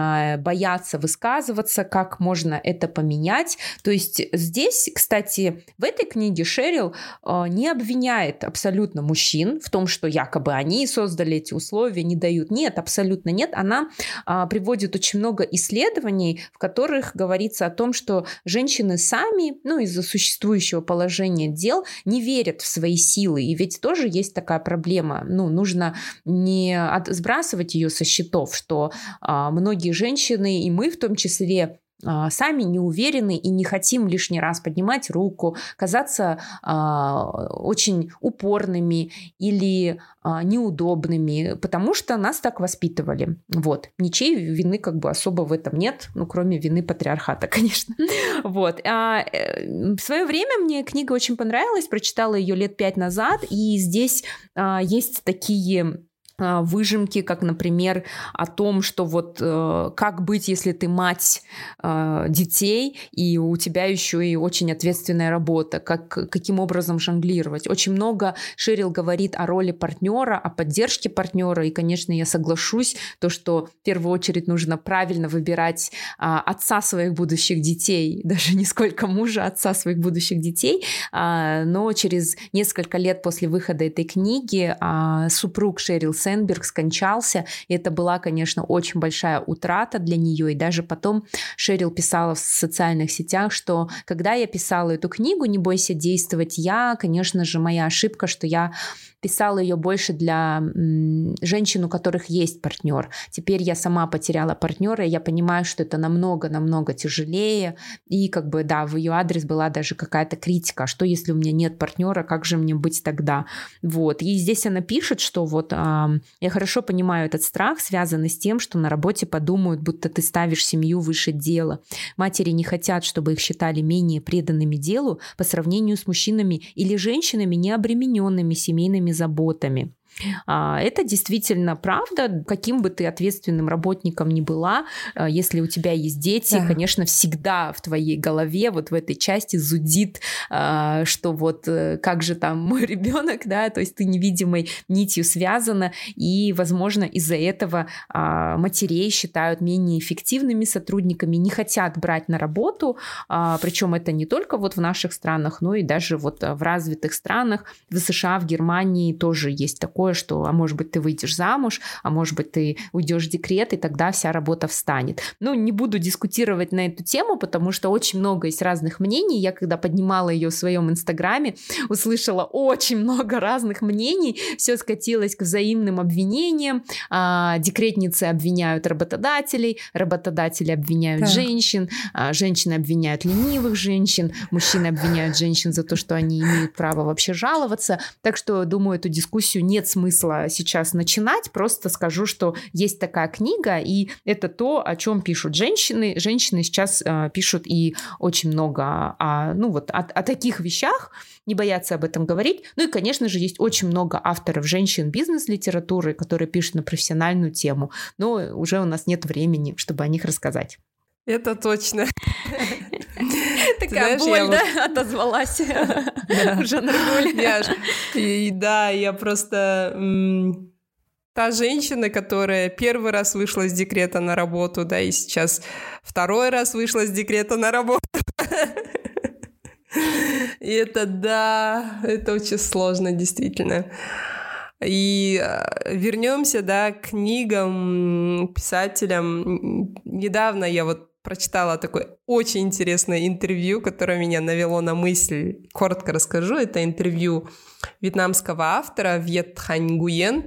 боятся высказываться, как можно это поменять. То есть здесь, кстати, в этой книге Шерил не обвиняет абсолютно мужчин в том, что якобы они создали эти условия, не дают. Нет, абсолютно нет. Она приводит очень много исследований, в которых говорится о том, что женщины сами, ну, из-за существующего положения дел, не верят в свои силы. И ведь тоже есть такая проблема. Ну, нужно не от... сбрасывать ее со счетов, что а, многие женщины, и мы в том числе, а, сами не уверены и не хотим лишний раз поднимать руку, казаться а, очень упорными или а, неудобными, потому что нас так воспитывали. Вот. Ничьей вины как бы особо в этом нет, ну, кроме вины патриархата, конечно. Вот. А, в свое время мне книга очень понравилась, прочитала ее лет пять назад, и здесь а, есть такие... выжимки, как, например, о том, что вот э, как быть, если ты мать э, детей, и у тебя еще и очень ответственная работа, как, каким образом жонглировать. Очень много Шерил говорит о роли партнера, о поддержке партнера, и, конечно, я соглашусь, то, что в первую очередь нужно правильно выбирать э, отца своих будущих детей, даже не сколько мужа, отца своих будущих детей, э, но через несколько лет после выхода этой книги э, супруг Шерил Сэндберг скончался, и это была, конечно, очень большая утрата для нее, и даже потом Шерил писала в социальных сетях, что когда я писала эту книгу «Не бойся действовать», я, конечно же, моя ошибка, что я писала ее больше для м, женщин, у которых есть партнер. Теперь я сама потеряла партнера, и я понимаю, что это намного-намного тяжелее, и как бы, да, в ее адрес была даже какая-то критика, что если у меня нет партнера, как же мне быть тогда? Вот. И здесь она пишет, что вот а, я хорошо понимаю этот страх, связанный с тем, что на работе подумают, будто ты ставишь семью выше дела. Матери не хотят, чтобы их считали менее преданными делу по сравнению с мужчинами или женщинами, не обремененными семейными заботами. Это действительно правда. Каким бы ты ответственным работником ни была, если у тебя есть дети, да, конечно, всегда в твоей голове вот в этой части зудит, что вот как же там мой ребенок, да, то есть ты невидимой нитью связана, и, возможно, из-за этого матерей считают менее эффективными сотрудниками, не хотят брать на работу, причем это не только вот в наших странах, но и даже вот в развитых странах, в США, в Германии тоже есть такое, что, а может быть, ты выйдешь замуж, а может быть, ты уйдешь в декрет, и тогда вся работа встанет. Ну, не буду дискутировать на эту тему, потому что очень много есть разных мнений. Я, когда поднимала ее в своем инстаграме, услышала очень много разных мнений. Все скатилось к взаимным обвинениям. А, декретницы обвиняют работодателей, работодатели обвиняют так. женщин, а, женщины обвиняют ленивых женщин, мужчины обвиняют женщин за то, что они имеют право вообще жаловаться. Так что, думаю, эту дискуссию нет смысла сейчас начинать, просто скажу, что есть такая книга, и это то, о чем пишут женщины. Женщины сейчас э, пишут и очень много о, ну вот, о, о таких вещах, не боятся об этом говорить. Ну и, конечно же, есть очень много авторов женщин бизнес-литературы, которые пишут на профессиональную тему, но уже у нас нет времени, чтобы о них рассказать. Это точно. Такая боль, да, отозвалась уже Наргуль. Да, я просто... Та женщина, которая первый раз вышла из декрета на работу, да, и сейчас второй раз вышла из декрета на работу. И это, да, это очень сложно, действительно. И вернемся, да, к книгам, писателям. Недавно я вот прочитала такое очень интересное интервью, которое меня навело на мысль. Коротко расскажу. Это интервью вьетнамского автора Viet Thanh Nguyen.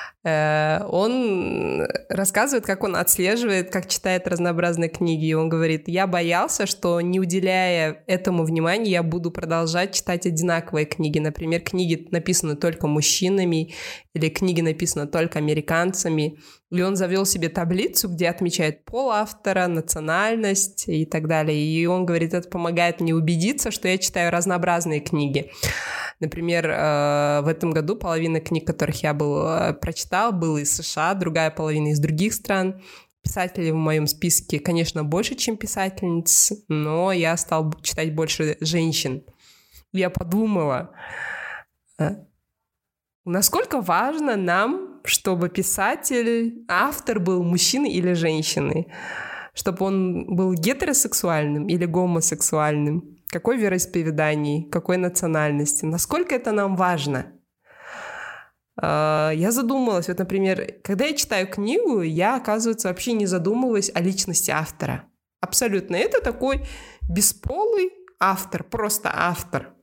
Он рассказывает, как он отслеживает, как читает разнообразные книги. И он говорит: я боялся, что, не уделяя этому внимания, я буду продолжать читать одинаковые книги. Например, книги написаны только мужчинами или книги написаны только американцами. И он завел себе таблицу, где отмечает пол автора, национальность и так далее. И он говорит, это помогает мне убедиться, что я читаю разнообразные книги. Например, в этом году половина книг, которых я был, прочитал, была из США, другая половина из других стран. Писателей в моем списке, конечно, больше, чем писательниц, но я стал читать больше женщин. Я подумала, насколько важно нам, чтобы писатель, автор был мужчиной или женщиной, чтобы он был гетеросексуальным или гомосексуальным, какой вероисповедании, какой национальности, насколько это нам важно. Я задумалась, вот, например, когда я читаю книгу, я, оказывается, вообще не задумываюсь о личности автора. Абсолютно. Это такой бесполый автор, просто автор.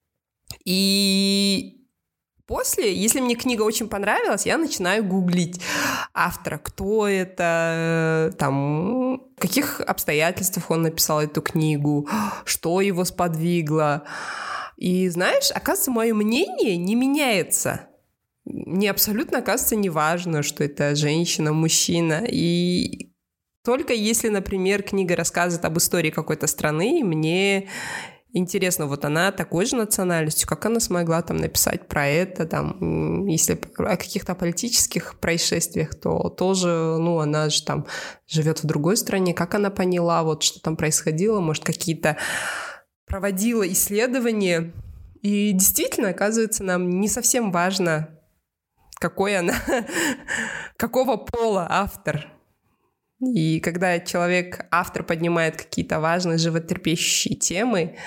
И после, если мне книга очень понравилась, я начинаю гуглить автора, кто это, там, в каких обстоятельствах он написал эту книгу, что его сподвигло. И знаешь, оказывается, мое мнение не меняется. Мне абсолютно, оказывается, не важно, что это женщина, мужчина. И только если, например, книга рассказывает об истории какой-то страны, мне интересно, вот она такой же национальностью, как она смогла там написать про это, там, если о каких-то политических происшествиях, то тоже, ну, она же там живет в другой стране, как она поняла, вот, что там происходило, может, какие-то проводила исследования. И действительно, оказывается, нам не совсем важно, какой она, какого пола автор. И когда человек, автор, поднимает какие-то важные, животрепещущие темы,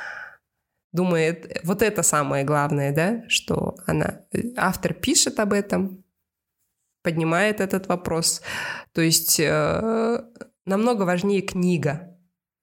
думает, вот это самое главное, да, что она, автор пишет об этом, поднимает этот вопрос. То есть э, намного важнее книга.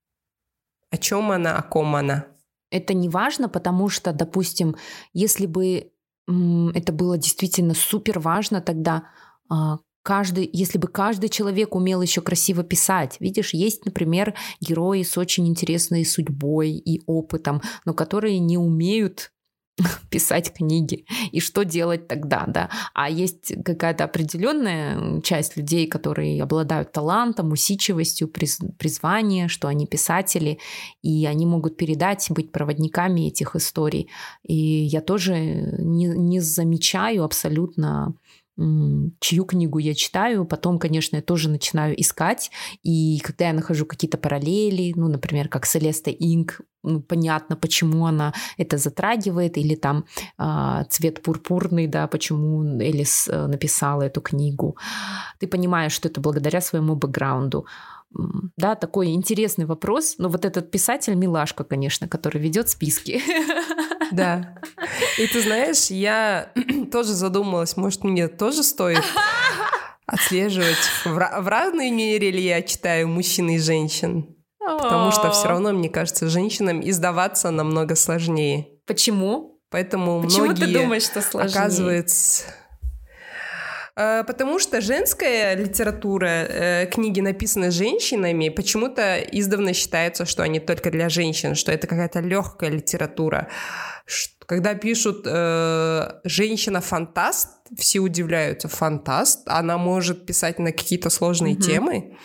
О чем она, о ком она. Это не важно, потому что, допустим, если бы м, это было действительно супер важно, тогда а, каждый, если бы каждый человек умел еще красиво писать. Видишь, есть, например, герои с очень интересной судьбой и опытом, но которые не умеют писать книги. И что делать тогда, да? А есть какая-то определенная часть людей, которые обладают талантом, усидчивостью, призванием, что они писатели, и они могут передать, быть проводниками этих историй. И я тоже не, не замечаю абсолютно, чью книгу я читаю, потом, конечно, я тоже начинаю искать, и когда я нахожу какие-то параллели, ну, например, как Селеста Инг, ну, понятно, почему она это затрагивает, или там э, «Цвет пурпурный», да, почему Элис э, написала эту книгу. Ты понимаешь, что это благодаря своему бэкграунду. Да, такой интересный вопрос, но вот этот писатель милашка, конечно, который ведет списки. Да. И ты знаешь, я тоже задумалась, может, мне тоже стоит отслеживать, в, в разной мере ли я читаю мужчин и женщин. Потому что все равно, мне кажется, женщинам издаваться намного сложнее. Почему? Поэтому Почему многие, ты думаешь, что сложнее? Оказывается, Потому что женская литература, книги, написанные женщинами, почему-то издавна считается, что они только для женщин, что это какая-то легкая литература. Когда пишут э, «женщина-фантаст», все удивляются. Фантаст? Она может писать на какие-то сложные mm-hmm. темы.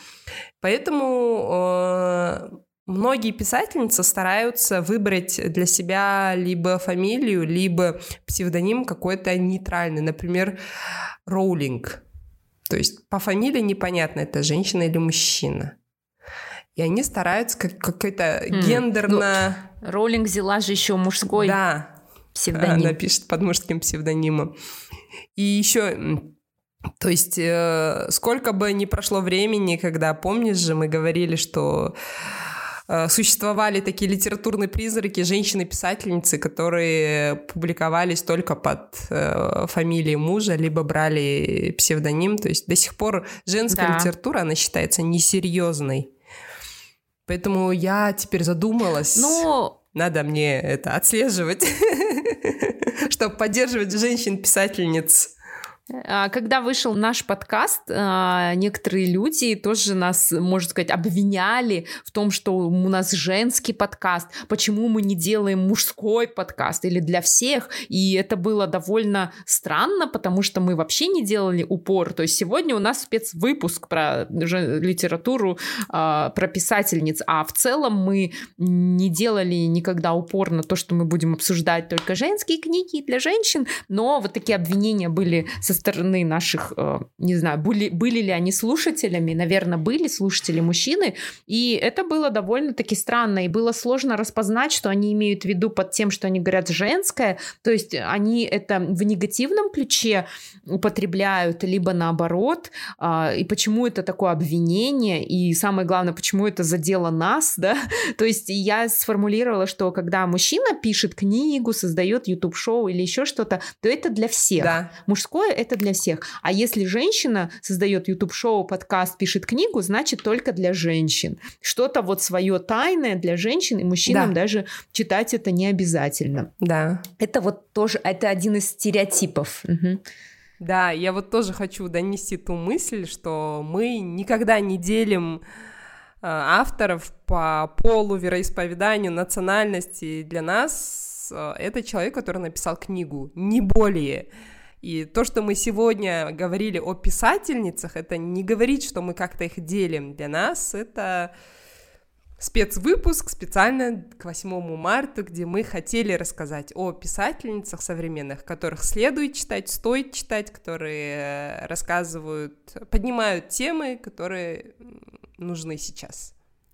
Поэтому э, многие писательницы стараются выбрать для себя либо фамилию, либо псевдоним какой-то нейтральный. Например, Роулинг. То есть по фамилии непонятно, это женщина или мужчина. И они стараются как какой-то mm. гендерно... Ну, Роулинг взяла же еще мужской да. псевдоним. Она пишет под мужским псевдонимом. И еще... То есть э, сколько бы ни прошло времени, когда, помнишь же, мы говорили, что... Существовали такие литературные призраки, женщины-писательницы, которые публиковались только под э, фамилией мужа, либо брали псевдоним. То есть до сих пор женская да. литература, она считается несерьезной. Поэтому я теперь задумалась, ну... надо мне это отслеживать, чтобы поддерживать женщин-писательниц. Когда вышел наш подкаст, некоторые люди тоже нас, можно сказать, обвиняли в том, что у нас женский подкаст, почему мы не делаем мужской подкаст или для всех, и это было довольно странно, потому что мы вообще не делали упор, то есть сегодня у нас спецвыпуск про литературу, про писательниц, а в целом мы не делали никогда упор на то, что мы будем обсуждать только женские книги для женщин, но вот такие обвинения были со стороны наших, не знаю, были, были ли они слушателями, наверное, были слушатели мужчины, и это было довольно-таки странно, и было сложно распознать, что они имеют в виду под тем, что они говорят женское, то есть они это в негативном ключе употребляют, либо наоборот, и почему это такое обвинение, и самое главное, почему это задело нас, да, то есть я сформулировала, что когда мужчина пишет книгу, создает YouTube-шоу или еще что-то, то это для всех. Да. Мужское — это для всех. А если женщина создает YouTube-шоу, подкаст, пишет книгу, значит только для женщин. Что-то вот свое тайное для женщин, и мужчинам да. даже читать это не обязательно. Да. Это вот тоже, это один из стереотипов. Угу. Да, я вот тоже хочу донести ту мысль, что мы никогда не делим авторов по полу, вероисповеданию, национальности. Для нас это человек, который написал книгу, не более. И то, что мы сегодня говорили о писательницах, это не говорит, что мы как-то их делим. Для нас это спецвыпуск специально к восьмому марта, где мы хотели рассказать о писательницах современных, которых следует читать, стоит читать, которые рассказывают, поднимают темы, которые нужны сейчас.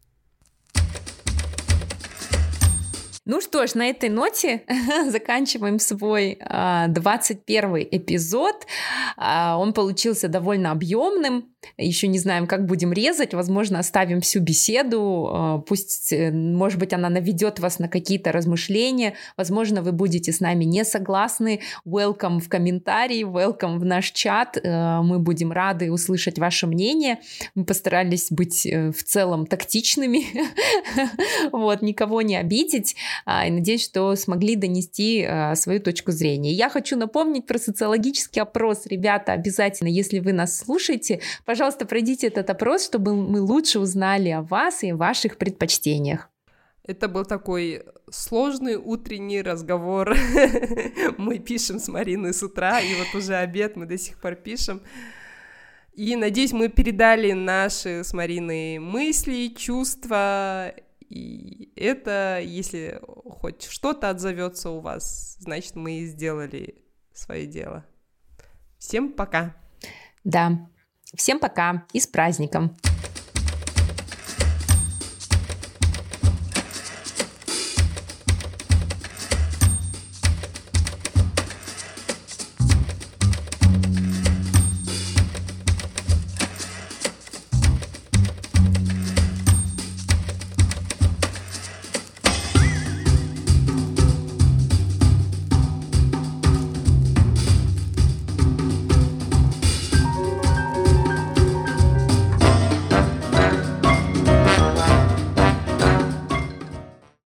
Ну что ж, на этой ноте заканчиваем свой двадцать первый эпизод. Он получился довольно объемным. Еще не знаем, как будем резать. Возможно, оставим всю беседу. Пусть, может быть, она наведет вас на какие-то размышления. Возможно, вы будете с нами не согласны. Welcome в комментарии, welcome в наш чат. Мы будем рады услышать ваше мнение. Мы постарались быть в целом тактичными. Вот, никого не обидеть. И надеюсь, что смогли донести свою точку зрения. Я хочу напомнить про социологический опрос. Ребята, обязательно, если вы нас слушаете, пожалуйста, пройдите этот опрос, чтобы мы лучше узнали о вас и ваших предпочтениях. Это был такой сложный утренний разговор. Мы пишем с Мариной с утра, и вот уже обед мы до сих пор пишем. И, надеюсь, мы передали наши с Мариной мысли, чувства. И это, если хоть что-то отзовется у вас, значит, мы сделали свое дело. Всем пока. Да. Всем пока и с праздником!